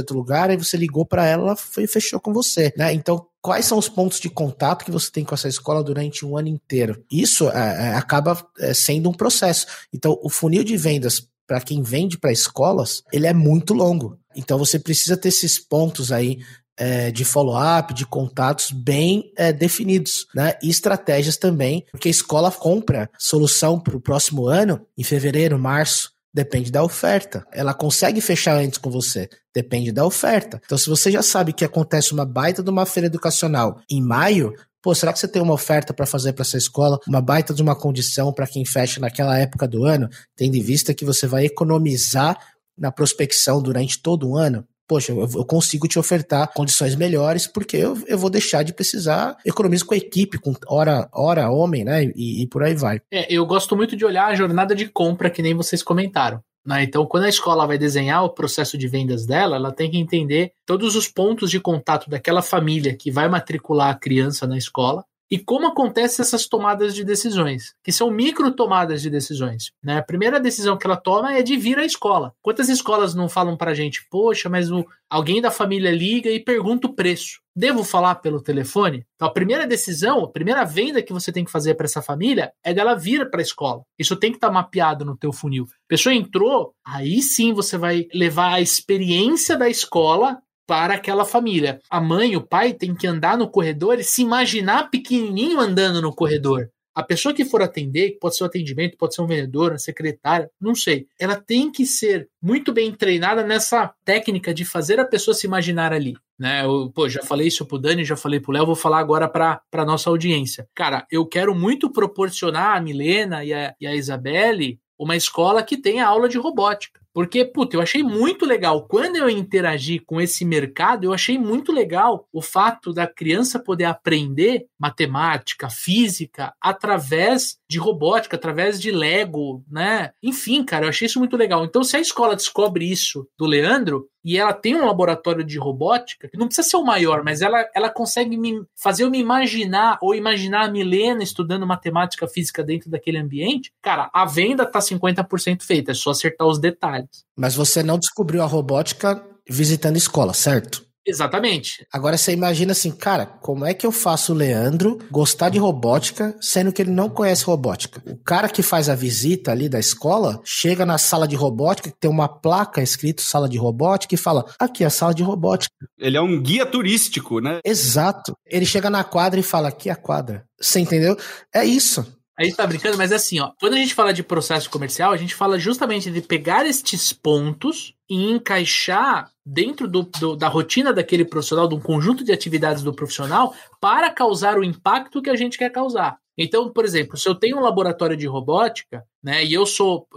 aí você ligou para ela e fechou com você, né? Então, quais são os pontos de contato que você tem com essa escola durante um ano inteiro? Isso acaba sendo um processo. Então, o funil de vendas para quem vende para escolas, ele é muito longo. Então, você precisa ter esses pontos aí de follow-up, de contatos bem definidos, né? E estratégias também, porque a escola compra solução para o próximo ano, em fevereiro, março, depende da oferta. Ela consegue fechar antes com você, depende da oferta. Então, se você já sabe que acontece uma baita de uma feira educacional em maio, pô, será que você tem uma oferta para fazer para essa escola, uma baita de uma condição para quem fecha naquela época do ano, tendo em vista que você vai economizar na prospecção durante todo o ano? Poxa, eu consigo te ofertar condições melhores porque eu vou deixar de precisar, economizo com a equipe, com hora homem, né, e por aí vai. Eu gosto muito de olhar a jornada de compra que nem vocês comentaram, né? Então, quando a escola vai desenhar o processo de vendas dela, ela tem que entender todos os pontos de contato daquela família que vai matricular a criança na escola, e como acontecem essas tomadas de decisões, que são micro tomadas de decisões, né? A primeira decisão que ela toma é de vir à escola. Quantas escolas não falam pra gente, poxa, mas alguém da família liga e pergunta o preço. Devo falar pelo telefone? Então a primeira decisão, a primeira venda que você tem que fazer para essa família é dela vir para a escola. Isso tem que estar mapeado no teu funil. A pessoa entrou, aí sim você vai levar a experiência da escola para aquela família. A mãe, o pai tem que andar no corredor e se imaginar pequenininho andando no corredor. A pessoa que for atender, que pode ser um atendimento, pode ser um vendedor, uma secretária, não sei. Ela tem que ser muito bem treinada nessa técnica de fazer a pessoa se imaginar ali. Né? Já falei isso pro Dani, já falei pro Léo, vou falar agora pra nossa audiência. Cara, eu quero muito proporcionar a Milena e a Isabelle uma escola que tenha aula de robótica. Porque, eu achei muito legal. Quando eu interagi com esse mercado, eu achei muito legal o fato da criança poder aprender matemática, física, através de robótica através de Lego, né? Enfim, cara, eu achei isso muito legal. Então, se a escola descobre isso do Leandro e ela tem um laboratório de robótica, que não precisa ser o maior, mas ela consegue fazer eu me imaginar, ou imaginar a Milena estudando matemática, física dentro daquele ambiente, cara, a venda tá 50% feita, é só acertar os detalhes. Mas você não descobriu a robótica visitando escola, certo? Exatamente. Agora você imagina assim, cara, como é que eu faço o Leandro gostar de robótica, sendo que ele não conhece robótica? O cara que faz a visita ali da escola, chega na sala de robótica, que tem uma placa escrito sala de robótica, e fala, aqui é a sala de robótica. Ele é um guia turístico, né? Exato. Ele chega na quadra e fala, aqui é a quadra. Você entendeu? É isso. A gente tá brincando, mas assim, ó, quando a gente fala de processo comercial, a gente fala justamente de pegar estes pontos e encaixar dentro da rotina daquele profissional, de um conjunto de atividades do profissional, para causar o impacto que a gente quer causar. Então, por exemplo, se eu tenho um laboratório de robótica, né, e eu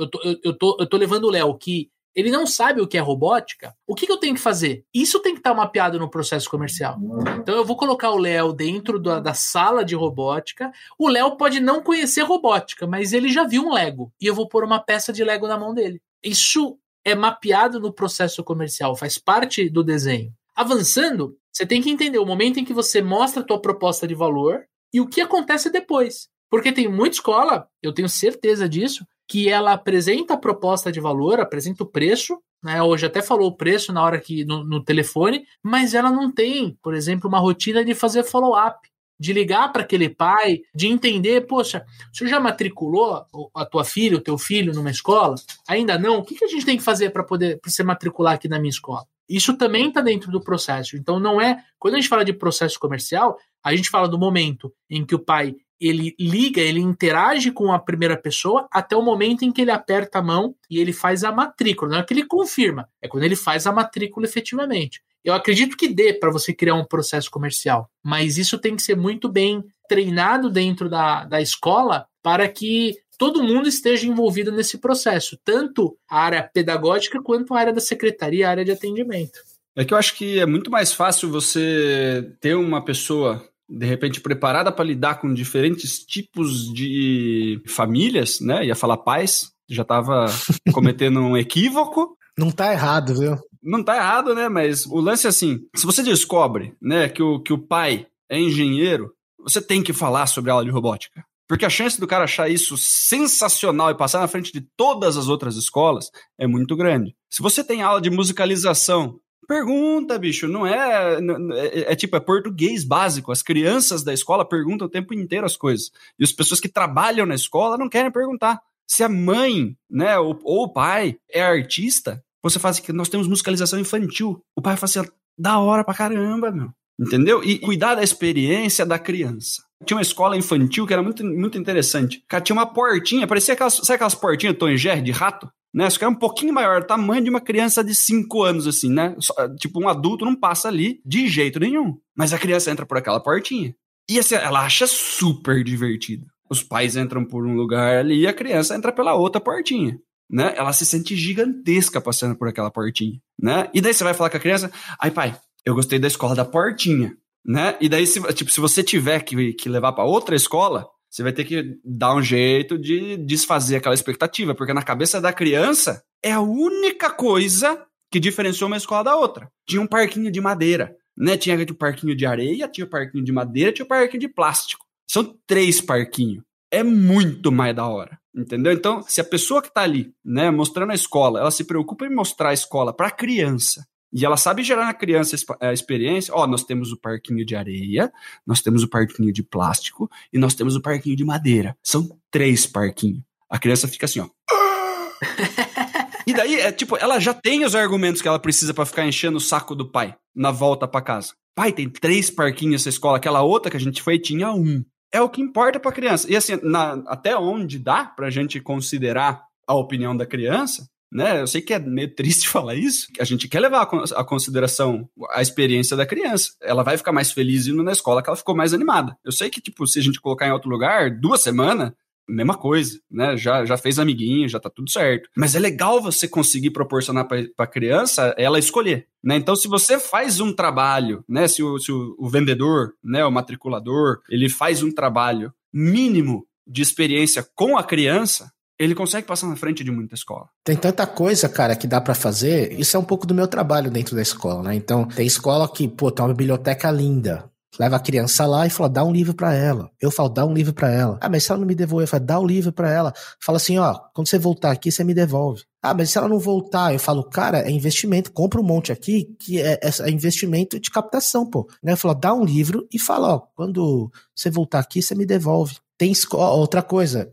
tô levando o Léo, que ele não sabe o que é robótica, o que eu tenho que fazer? Isso tem que estar mapeado no processo comercial. Então eu vou colocar o Léo dentro da sala de robótica. O Léo pode não conhecer robótica, mas ele já viu um Lego. E eu vou pôr uma peça de Lego na mão dele. Isso é mapeado no processo comercial, faz parte do desenho. Avançando, você tem que entender o momento em que você mostra a tua proposta de valor e o que acontece depois. Porque tem muita escola, eu tenho certeza disso, que ela apresenta a proposta de valor, apresenta o preço, né? Hoje até falou o preço na hora que no telefone, mas ela não tem, por exemplo, uma rotina de fazer follow-up, de ligar para aquele pai, de entender, poxa, você já matriculou a tua filha, o teu filho numa escola? Ainda não? O que a gente tem que fazer para você matricular aqui na minha escola? Isso também está dentro do processo. Então não é... Quando a gente fala de processo comercial, a gente fala do momento em que o pai ele liga, ele interage com a primeira pessoa até o momento em que ele aperta a mão e ele faz a matrícula. Não é que ele confirma, é quando ele faz a matrícula efetivamente. Eu acredito que dê para você criar um processo comercial, mas isso tem que ser muito bem treinado dentro da escola para que todo mundo esteja envolvido nesse processo, tanto a área pedagógica quanto a área da secretaria, a área de atendimento. É que eu acho que é muito mais fácil você ter uma pessoa, de repente, preparada para lidar com diferentes tipos de famílias, né? Ia falar pais, já estava cometendo um equívoco. Não tá errado, viu? Não tá errado, né? Mas o lance é assim, se você descobre, né, que o pai é engenheiro, você tem que falar sobre aula de robótica. Porque a chance do cara achar isso sensacional e passar na frente de todas as outras escolas é muito grande. Se você tem aula de musicalização, pergunta, bicho, não é... É português básico. As crianças da escola perguntam o tempo inteiro as coisas. E as pessoas que trabalham na escola não querem perguntar. Se a mãe, né, ou o pai é artista, você fala assim, que nós temos musicalização infantil. O pai fala assim, da hora pra caramba, meu. Entendeu? E cuidar da experiência da criança. Tinha uma escola infantil que era muito, muito interessante. Cara, tinha uma portinha, parecia sabe aquelas portinhas Tom e Jerry de rato? Né? Só que era um pouquinho maior, tamanho de uma criança de 5 anos, assim, né? Tipo, um adulto não passa ali de jeito nenhum. Mas a criança entra por aquela portinha. E assim, ela acha super divertido. Os pais entram por um lugar ali e a criança entra pela outra portinha. Né? Ela se sente gigantesca passando por aquela portinha. Né? E daí você vai falar com a criança, ai pai, eu gostei da escola da portinha. Né? E daí, se você tiver que levar para outra escola, você vai ter que dar um jeito de desfazer aquela expectativa, porque na cabeça da criança é a única coisa que diferenciou uma escola da outra. Tinha um parquinho de madeira, né? Tinha o parquinho de areia, tinha o parquinho de madeira, tinha o parquinho de plástico. São 3 parquinhos. É muito mais da hora, entendeu? Então, se a pessoa que tá ali, né, mostrando a escola, ela se preocupa em mostrar a escola para a criança, e ela sabe gerar na criança a experiência, nós temos o parquinho de areia, nós temos o parquinho de plástico e nós temos o parquinho de madeira. São 3 parquinhos. A criança fica assim, ó. E daí, ela já tem os argumentos que ela precisa para ficar enchendo o saco do pai na volta para casa. Pai, tem 3 parquinhos essa escola, aquela outra que a gente foi tinha 1. É o que importa pra criança. E assim, até onde dá pra gente considerar a opinião da criança, né? Eu sei que é meio triste falar isso, que a gente quer levar a consideração a experiência da criança. Ela vai ficar mais feliz indo na escola que ela ficou mais animada. Eu sei que, se a gente colocar em outro lugar, 2 semanas, mesma coisa, né? Já fez amiguinho, já tá tudo certo. Mas é legal você conseguir proporcionar pra criança ela escolher, né? Então, se você faz um trabalho, né? Se o vendedor, né? O matriculador, ele faz um trabalho mínimo de experiência com a criança, ele consegue passar na frente de muita escola. Tem tanta coisa, cara, que dá pra fazer. Isso é um pouco do meu trabalho dentro da escola, né? Então, tem escola que, tem uma biblioteca linda. Leva a criança lá e fala, dá um livro pra ela. Eu falo, dá um livro pra ela. Ah, mas se ela não me devolver, eu falo, dá o livro pra ela. Fala assim, ó, quando você voltar aqui, você me devolve. Ah, mas se ela não voltar, eu falo, cara, é investimento, compra um monte aqui, que é investimento de captação, pô. Né? Eu falo, dá um livro e fala, ó, quando você voltar aqui, você me devolve. Tem outra coisa,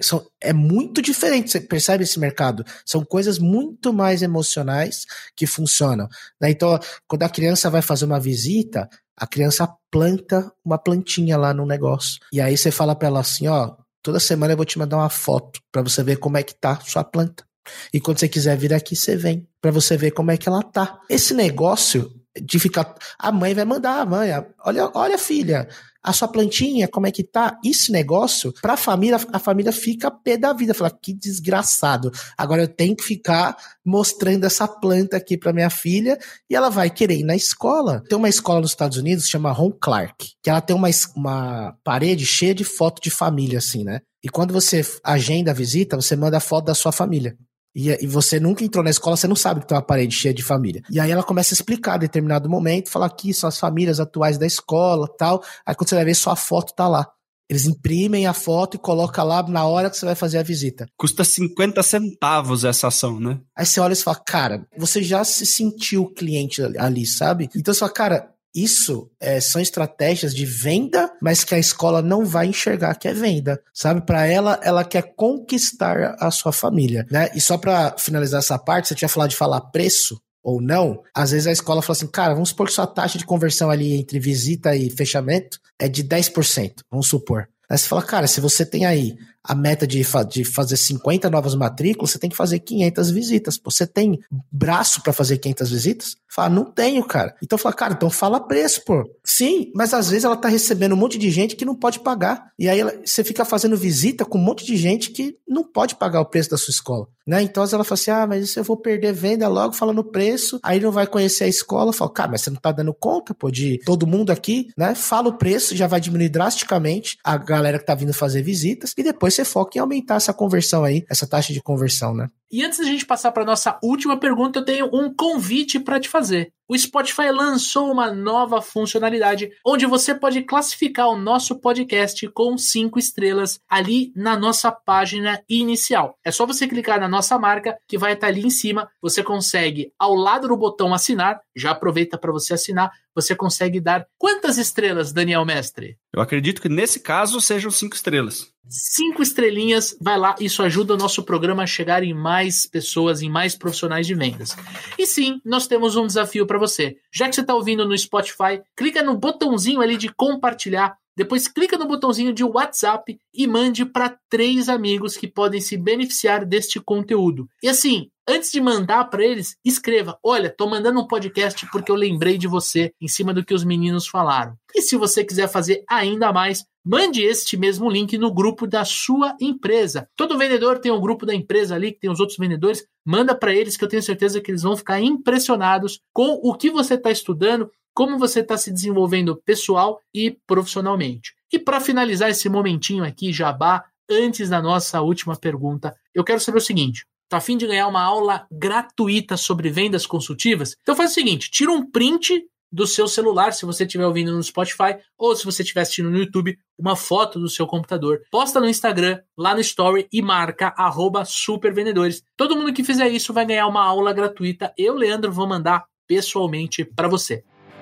é muito diferente, você percebe esse mercado? São coisas muito mais emocionais que funcionam. Né? Então, quando a criança vai fazer uma visita, a criança planta uma plantinha lá no negócio. E aí você fala pra ela assim, ó, toda semana eu vou te mandar uma foto pra você ver como é que tá sua planta. E quando você quiser vir aqui, você vem, pra você ver como é que ela tá. Esse negócio de ficar... A mãe vai mandar, a mãe, olha filha, a sua plantinha, como é que tá? Esse negócio, pra família, a família fica pé da vida. Fala, que desgraçado. Agora eu tenho que ficar mostrando essa planta aqui pra minha filha e ela vai querer ir na escola. Tem uma escola nos Estados Unidos que chama Ron Clark, que ela tem uma parede cheia de foto de família, assim, né? E quando você agenda a visita, você manda a foto da sua família. E você nunca entrou na escola, você não sabe que tem uma parede cheia de família. E aí ela começa a explicar em determinado momento, fala aqui são as famílias atuais da escola, tal. Aí quando você vai ver, sua foto tá lá. Eles imprimem a foto e colocam lá na hora que você vai fazer a visita. Custa 50 centavos essa ação, né? Aí você olha e fala, cara, você já se sentiu cliente ali, sabe? Então você fala, cara, isso são estratégias de venda, mas que a escola não vai enxergar que é venda, sabe? Para ela quer conquistar a sua família, né? E só para finalizar essa parte, você tinha falado de falar preço ou não, às vezes a escola fala assim, cara, vamos supor que sua taxa de conversão ali entre visita e fechamento é de 10%, vamos supor. Aí você fala, cara, se você tem aí a meta de fazer 50 novas matrículas, você tem que fazer 500 visitas. Você tem braço para fazer 500 visitas? Fala, não tenho, cara. Então fala, cara, então fala preço, pô. Sim, mas às vezes ela tá recebendo um monte de gente que não pode pagar. E aí você fica fazendo visita com um monte de gente que não pode pagar o preço da sua escola. Né? Então ela fala assim, mas isso eu vou perder venda logo falando preço, aí não vai conhecer a escola. Fala, cara, mas você não tá dando conta, pô, de todo mundo aqui, né? Fala o preço, já vai diminuir drasticamente a galera que tá vindo fazer visitas e depois você foca em aumentar essa conversão aí, essa taxa de conversão, né? E antes da gente passar para nossa última pergunta, eu tenho um convite para te fazer. O Spotify lançou uma nova funcionalidade onde você pode classificar o nosso podcast com 5 estrelas ali na nossa página inicial. É só você clicar na nossa marca que vai estar ali em cima. Você consegue, ao lado do botão assinar, já aproveita para você assinar, você consegue dar quantas estrelas, Daniel Mestre? Eu acredito que nesse caso sejam 5 estrelas. 5 estrelinhas, vai lá, isso ajuda o nosso programa a chegar em mais pessoas, em mais profissionais de vendas. E sim, nós temos um desafio para você. Já que você está ouvindo no Spotify, clica no botãozinho ali de compartilhar, depois clica no botãozinho de WhatsApp e mande para 3 amigos que podem se beneficiar deste conteúdo. E assim, antes de mandar para eles, escreva, olha, tô mandando um podcast porque eu lembrei de você, em cima do que os meninos falaram. E se você quiser fazer ainda mais, mande este mesmo link no grupo da sua empresa. Todo vendedor tem um grupo da empresa ali, que tem os outros vendedores. Manda para eles que eu tenho certeza que eles vão ficar impressionados com o que você está estudando, como você está se desenvolvendo pessoal e profissionalmente. E para finalizar esse momentinho aqui, jabá, antes da nossa última pergunta, eu quero saber o seguinte. Tá a fim de ganhar uma aula gratuita sobre vendas consultivas? Então faz o seguinte, tira um print do seu celular, se você estiver ouvindo no Spotify, ou se você estiver assistindo no YouTube, uma foto do seu computador. Posta no Instagram, lá no Story, e marca @supervendedores. Todo mundo que fizer isso vai ganhar uma aula gratuita. Eu, Leandro, vou mandar pessoalmente para você.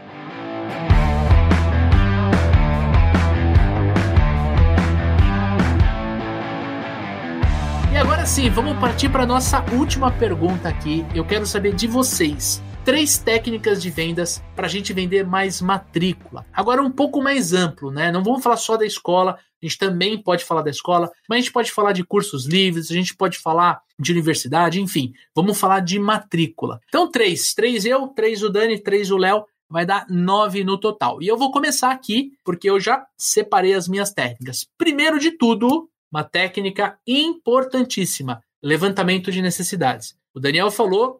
E agora sim, vamos partir para a nossa última pergunta aqui. Eu quero saber de vocês. 3 técnicas de vendas para a gente vender mais matrícula. Agora um pouco mais amplo, né? Não vamos falar só da escola, a gente também pode falar da escola, mas a gente pode falar de cursos livres, a gente pode falar de universidade, enfim. Vamos falar de matrícula. Então 3 eu, 3 o Dani, 3 o Léo, vai dar 9 no total. E eu vou começar aqui, porque eu já separei as minhas técnicas. Primeiro de tudo, uma técnica importantíssima, levantamento de necessidades. O Daniel falou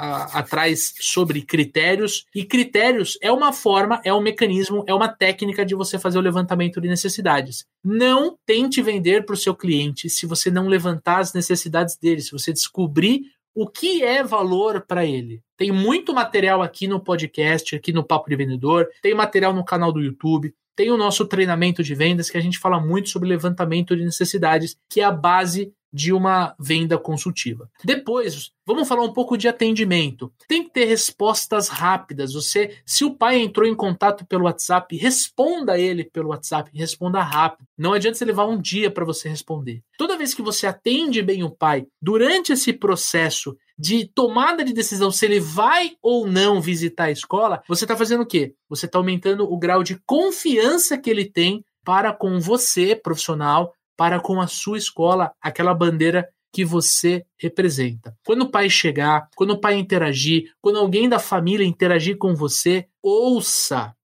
atrás sobre critérios, e critérios é uma forma, é um mecanismo, é uma técnica de você fazer o levantamento de necessidades. Não tente vender para o seu cliente se você não levantar as necessidades dele, se você descobrir o que é valor para ele. Tem muito material aqui no podcast, aqui no Papo de Vendedor, tem material no canal do YouTube, tem o nosso treinamento de vendas que a gente fala muito sobre levantamento de necessidades, que é a base de uma venda consultiva. Depois, vamos falar um pouco de atendimento. Tem que ter respostas rápidas. Se o pai entrou em contato pelo WhatsApp, responda ele pelo WhatsApp, responda rápido. Não adianta você levar um dia para você responder. Toda vez que você atende bem o pai, durante esse processo de tomada de decisão se ele vai ou não visitar a escola, você está fazendo o quê? Você está aumentando o grau de confiança que ele tem para com você, profissional, para com a sua escola, aquela bandeira que você representa. Quando o pai chegar, quando o pai interagir, quando alguém da família interagir com você, ouça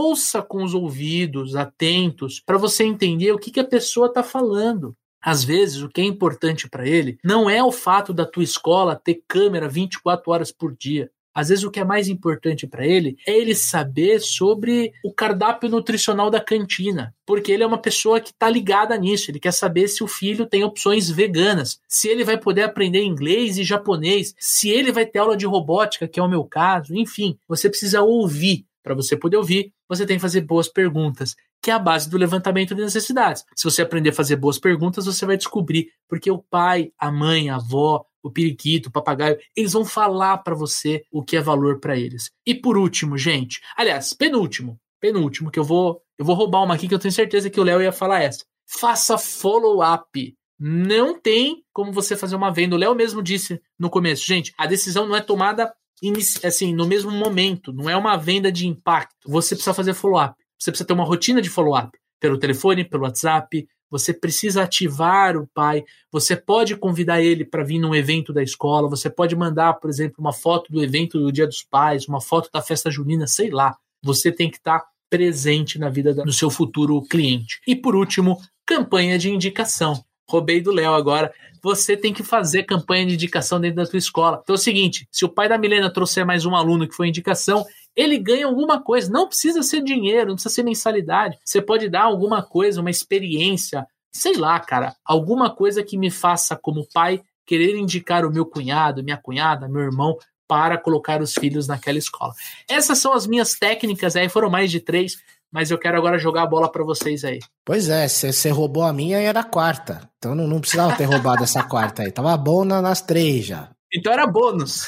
com os ouvidos atentos para você entender o que a pessoa está falando. Às vezes, o que é importante para ele não é o fato da tua escola ter câmera 24 horas por dia. Às vezes o que é mais importante para ele é ele saber sobre o cardápio nutricional da cantina, porque ele é uma pessoa que está ligada nisso, ele quer saber se o filho tem opções veganas, se ele vai poder aprender inglês e japonês, se ele vai ter aula de robótica, que é o meu caso, enfim, você precisa ouvir. Para você poder ouvir, você tem que fazer boas perguntas, que é a base do levantamento de necessidades. Se você aprender a fazer boas perguntas, você vai descobrir, porque o pai, a mãe, a avó, o periquito, o papagaio, eles vão falar para você o que é valor para eles. E por último, gente, aliás, penúltimo, que eu vou roubar uma aqui que eu tenho certeza que o Léo ia falar essa. Faça follow-up. Não tem como você fazer uma venda. O Léo mesmo disse no começo, gente, a decisão não é tomada assim, no mesmo momento, não é uma venda de impacto. Você precisa fazer follow-up. Você precisa ter uma rotina de follow-up pelo telefone, pelo WhatsApp. Você precisa ativar o pai, você pode convidar ele para vir num evento da escola, você pode mandar, por exemplo, uma foto do evento do Dia dos Pais, uma foto da festa junina, sei lá. Você tem que estar presente na vida do seu futuro cliente. E por último, campanha de indicação. Roubei do Léo agora. Você tem que fazer campanha de indicação dentro da tua escola. Então é o seguinte, se o pai da Milena trouxer mais um aluno que foi indicação, ele ganha alguma coisa. Não precisa ser dinheiro, não precisa ser mensalidade. Você pode dar alguma coisa, uma experiência, sei lá, cara, alguma coisa que me faça, como pai, querer indicar o meu cunhado, minha cunhada, meu irmão, para colocar os filhos naquela escola. Essas são as minhas técnicas, aí foram mais de 3, mas eu quero agora jogar a bola para vocês aí. Pois é, você roubou a minha e era a quarta. Então não precisava ter roubado essa quarta aí. Tava bom nas 3 já. Então era bônus.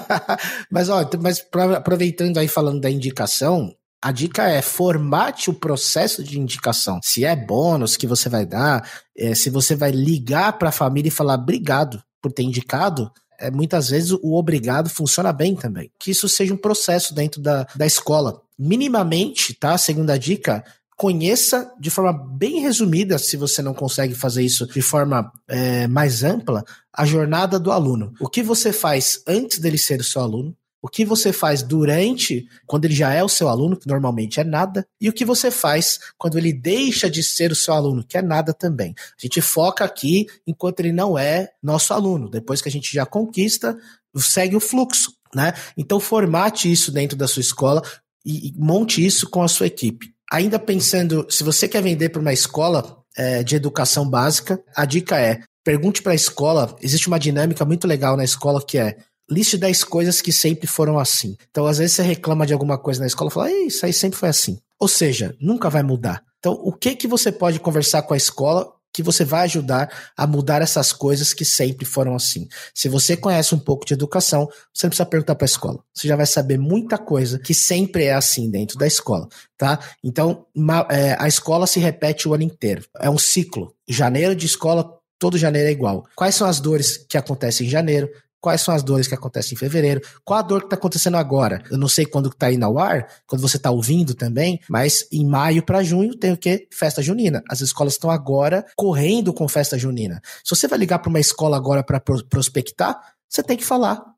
Mas aproveitando aí, falando da indicação, a dica é formate o processo de indicação. Se é bônus que você vai dar, se você vai ligar para a família e falar obrigado por ter indicado, muitas vezes o obrigado funciona bem também. Que isso seja um processo dentro da escola. Minimamente, tá? Segunda dica, conheça de forma bem resumida, se você não consegue fazer isso de forma mais ampla, a jornada do aluno. O que você faz antes dele ser o seu aluno, o que você faz durante, quando ele já é o seu aluno, que normalmente é nada, e o que você faz quando ele deixa de ser o seu aluno, que é nada também. A gente foca aqui enquanto ele não é nosso aluno. Depois que a gente já conquista, segue o fluxo, né? Então formate isso dentro da sua escola e monte isso com a sua equipe. Ainda pensando, se você quer vender para uma escola de educação básica, a dica é, pergunte para a escola, existe uma dinâmica muito legal na escola que é, liste 10 coisas que sempre foram assim. Então, às vezes você reclama de alguma coisa na escola e fala, isso aí sempre foi assim. Ou seja, nunca vai mudar. Então, o que você pode conversar com a escola que você vai ajudar a mudar essas coisas que sempre foram assim? Se você conhece um pouco de educação, você não precisa perguntar para a escola. Você já vai saber muita coisa que sempre é assim dentro da escola, tá? Então, a escola se repete o ano inteiro. É um ciclo. Janeiro de escola, todo janeiro é igual. Quais são as dores que acontecem em janeiro? Quais são as dores que acontecem em fevereiro? Qual a dor que está acontecendo agora? Eu não sei quando está indo ao ar, quando você está ouvindo também, mas em maio para junho tem o quê? Festa junina. As escolas estão agora correndo com festa junina. Se você vai ligar para uma escola agora para prospectar, você tem que falar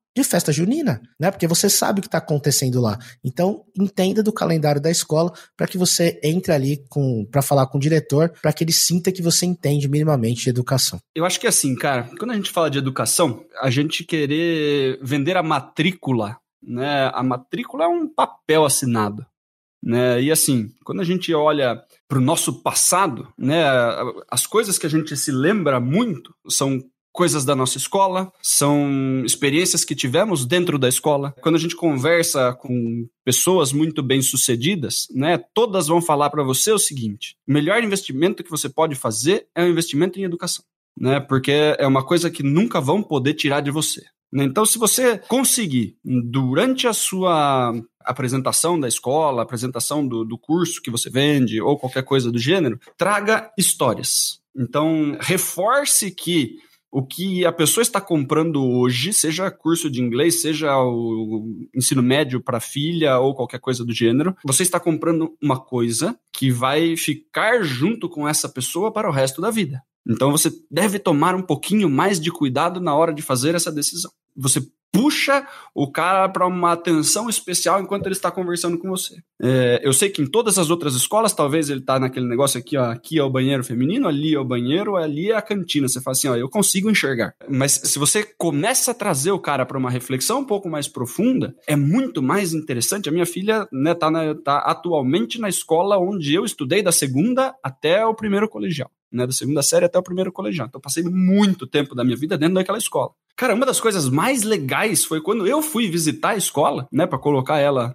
de festa junina, né? Porque você sabe o que está acontecendo lá. Então, entenda do calendário da escola para que você entre ali para falar com o diretor, para que ele sinta que você entende minimamente de educação. Eu acho que assim, cara, quando a gente fala de educação, a gente querer vender a matrícula, né? A matrícula é um papel assinado, né? E assim, quando a gente olha para o nosso passado, né? As coisas que a gente se lembra muito são coisas da nossa escola, são experiências que tivemos dentro da escola. Quando a gente conversa com pessoas muito bem-sucedidas, né? Todas vão falar para você o seguinte: o melhor investimento que você pode fazer é um investimento em educação, né? Porque é uma coisa que nunca vão poder tirar de você. Então, se você conseguir, durante a sua apresentação da escola, apresentação do curso que você vende ou qualquer coisa do gênero, traga histórias. Então, reforce que o que a pessoa está comprando hoje, seja curso de inglês, seja o ensino médio para filha ou qualquer coisa do gênero, você está comprando uma coisa que vai ficar junto com essa pessoa para o resto da vida. Então você deve tomar um pouquinho mais de cuidado na hora de fazer essa decisão. Você puxa o cara para uma atenção especial enquanto ele está conversando com você. Eu sei que em todas as outras escolas, talvez ele está naquele negócio aqui, ó, aqui é o banheiro feminino, ali é o banheiro, ali é a cantina. Você fala assim, ó, eu consigo enxergar. Mas se você começa a trazer o cara para uma reflexão um pouco mais profunda, é muito mais interessante. A minha filha, né, tá atualmente na escola onde eu estudei da segunda até o primeiro colegial. Né, da segunda série até o primeiro colegial. Então eu passei muito tempo da minha vida dentro daquela escola. Cara, uma das coisas mais legais foi quando eu fui visitar a escola, né, para colocar ela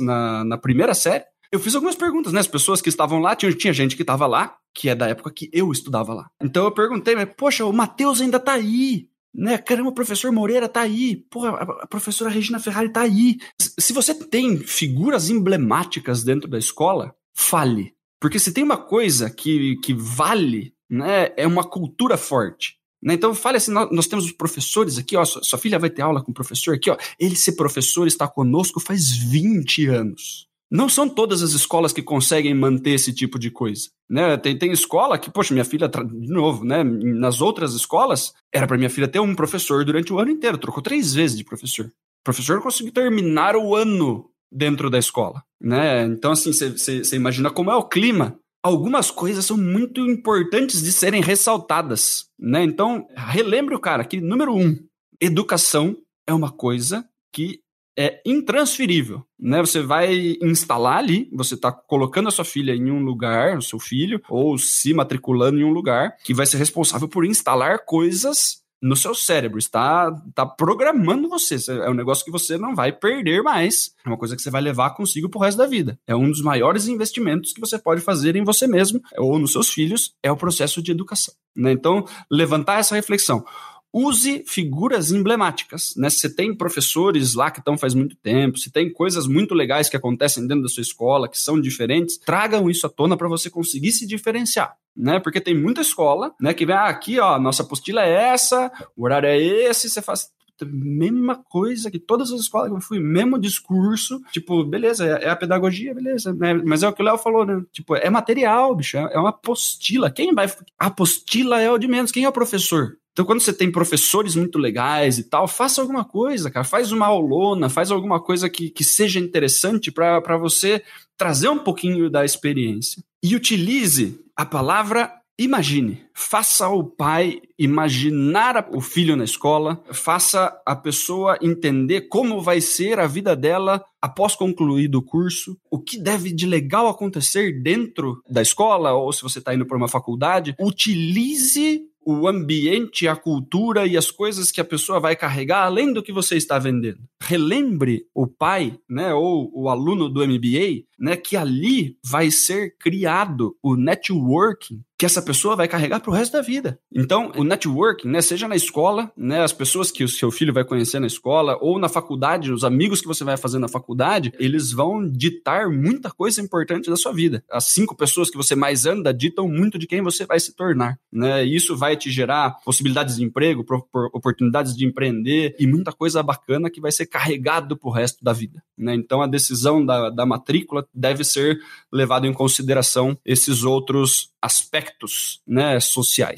na primeira série. Eu fiz algumas perguntas, né, as pessoas que estavam lá, tinha gente que estava lá, que é da época que eu estudava lá. Então eu perguntei, mas poxa, o Matheus ainda tá aí, né, caramba, o professor Moreira tá aí, porra, a professora Regina Ferrari tá aí. Se você tem figuras emblemáticas dentro da escola, fale. Porque se tem uma coisa que vale, né, é uma cultura forte. Né? Então fale assim, nós temos os professores aqui, ó, sua filha vai ter aula com o professor aqui, ó, esse professor está conosco faz 20 anos. Não são todas as escolas que conseguem manter esse tipo de coisa. Né? Tem escola que, poxa, minha filha, de novo, né, nas outras escolas, era para minha filha ter um professor durante o ano inteiro, trocou 3 vezes de professor. O professor conseguiu terminar o ano dentro da escola, né? Então, assim, você imagina como é o clima. Algumas coisas são muito importantes de serem ressaltadas, né? Então, relembre o cara que, número 1, educação é uma coisa que é intransferível, né? Você vai instalar ali, você está colocando a sua filha em um lugar, o seu filho, ou se matriculando em um lugar, que vai ser responsável por instalar coisas no seu cérebro, está programando você. É um negócio que você não vai perder mais. É uma coisa que você vai levar consigo pro resto da vida. É um dos maiores investimentos que você pode fazer em você mesmo ou nos seus filhos, é o processo de educação. Né? Então, levantar essa reflexão. Use figuras emblemáticas, né? Se você tem professores lá que estão faz muito tempo, se tem coisas muito legais que acontecem dentro da sua escola, que são diferentes, tragam isso à tona para você conseguir se diferenciar, né? Porque tem muita escola, né, que vem, aqui, ó, nossa apostila é essa, o horário é esse, você faz mesma coisa que todas as escolas que eu fui, mesmo discurso, tipo, beleza, é a pedagogia, beleza, né? Mas é o que o Léo falou, né? Tipo, é material, bicho, é uma apostila. Quem vai... A apostila é o de menos, quem é o professor? Então, quando você tem professores muito legais e tal, faça alguma coisa, cara. Faz uma aulona, faz alguma coisa que seja interessante para você trazer um pouquinho da experiência. E utilize a palavra imagine. Faça o pai imaginar o filho na escola, faça a pessoa entender como vai ser a vida dela após concluído o curso, o que deve de legal acontecer dentro da escola, ou se você está indo para uma faculdade. Utilize o ambiente, a cultura e as coisas que a pessoa vai carregar além do que você está vendendo. Relembre o pai, né, ou o aluno do MBA, né, que ali vai ser criado o networking que essa pessoa vai carregar para o resto da vida. Então, o networking, né, seja na escola, né, as pessoas que o seu filho vai conhecer na escola, ou na faculdade, os amigos que você vai fazer na faculdade, eles vão ditar muita coisa importante da sua vida. As 5 pessoas que você mais anda ditam muito de quem você vai se tornar, né? E isso vai te gerar possibilidades de emprego, oportunidades de empreender e muita coisa bacana que vai ser carregado pro resto da vida, né? Então, a decisão da matrícula deve ser levado em consideração esses outros aspectos, né, sociais.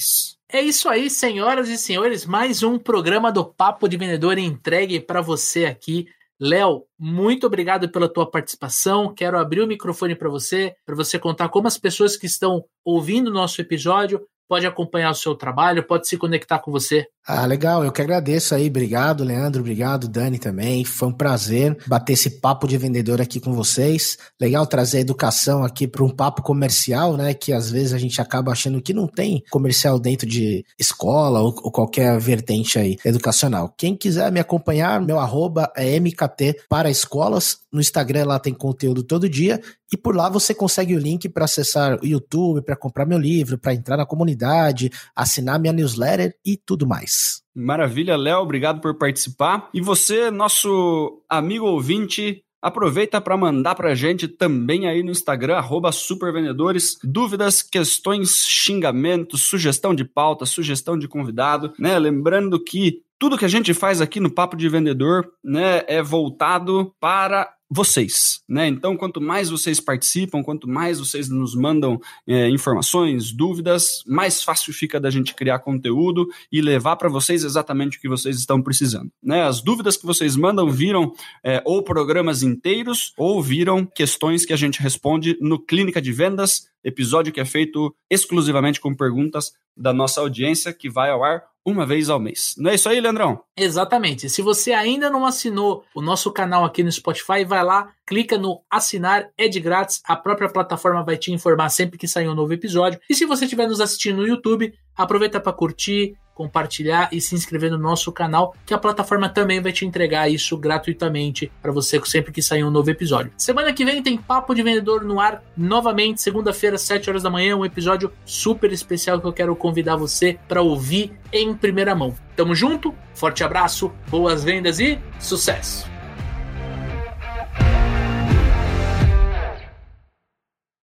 É isso aí, senhoras e senhores, mais um programa do Papo de Vendedor entregue para você aqui. Léo, muito obrigado pela tua participação. Quero abrir o microfone para você contar como as pessoas que estão ouvindo o nosso episódio pode acompanhar o seu trabalho, pode se conectar com você. Ah, legal, eu que agradeço aí, obrigado Leandro, obrigado Dani também, foi um prazer bater esse papo de vendedor aqui com vocês, legal trazer a educação aqui para um papo comercial, né, que às vezes a gente acaba achando que não tem comercial dentro de escola ou qualquer vertente aí educacional. Quem quiser me acompanhar, meu @ é MKT para escolas, no Instagram lá tem conteúdo todo dia, e por lá você consegue o link para acessar o YouTube, para comprar meu livro, para entrar na comunidade, assinar minha newsletter e tudo mais. Maravilha, Léo, obrigado por participar. E você, nosso amigo ouvinte, aproveita para mandar pra gente também aí no Instagram, @supervendedores, dúvidas, questões, xingamentos, sugestão de pauta, sugestão de convidado, né? Lembrando que tudo que a gente faz aqui no Papo de Vendedor, né, é voltado para vocês, né? Então, quanto mais vocês participam, quanto mais vocês nos mandam informações, dúvidas, mais fácil fica da gente criar conteúdo e levar para vocês exatamente o que vocês estão precisando, né? As dúvidas que vocês mandam viram ou programas inteiros ou viram questões que a gente responde no Clínica de Vendas, episódio que é feito exclusivamente com perguntas da nossa audiência, que vai ao ar uma vez ao mês. Não é isso aí, Leandrão? Exatamente. Se você ainda não assinou o nosso canal aqui no Spotify, vai lá, clica no assinar, é de grátis, a própria plataforma vai te informar sempre que sair um novo episódio. E se você estiver nos assistindo no YouTube, aproveita para curtir, compartilhar e se inscrever no nosso canal, que a plataforma também vai te entregar isso gratuitamente para você sempre que sair um novo episódio. Semana que vem tem Papo de Vendedor no ar novamente, segunda-feira, 7 horas da manhã, um episódio super especial que eu quero convidar você para ouvir em primeira mão. Tamo junto, forte abraço, boas vendas e sucesso!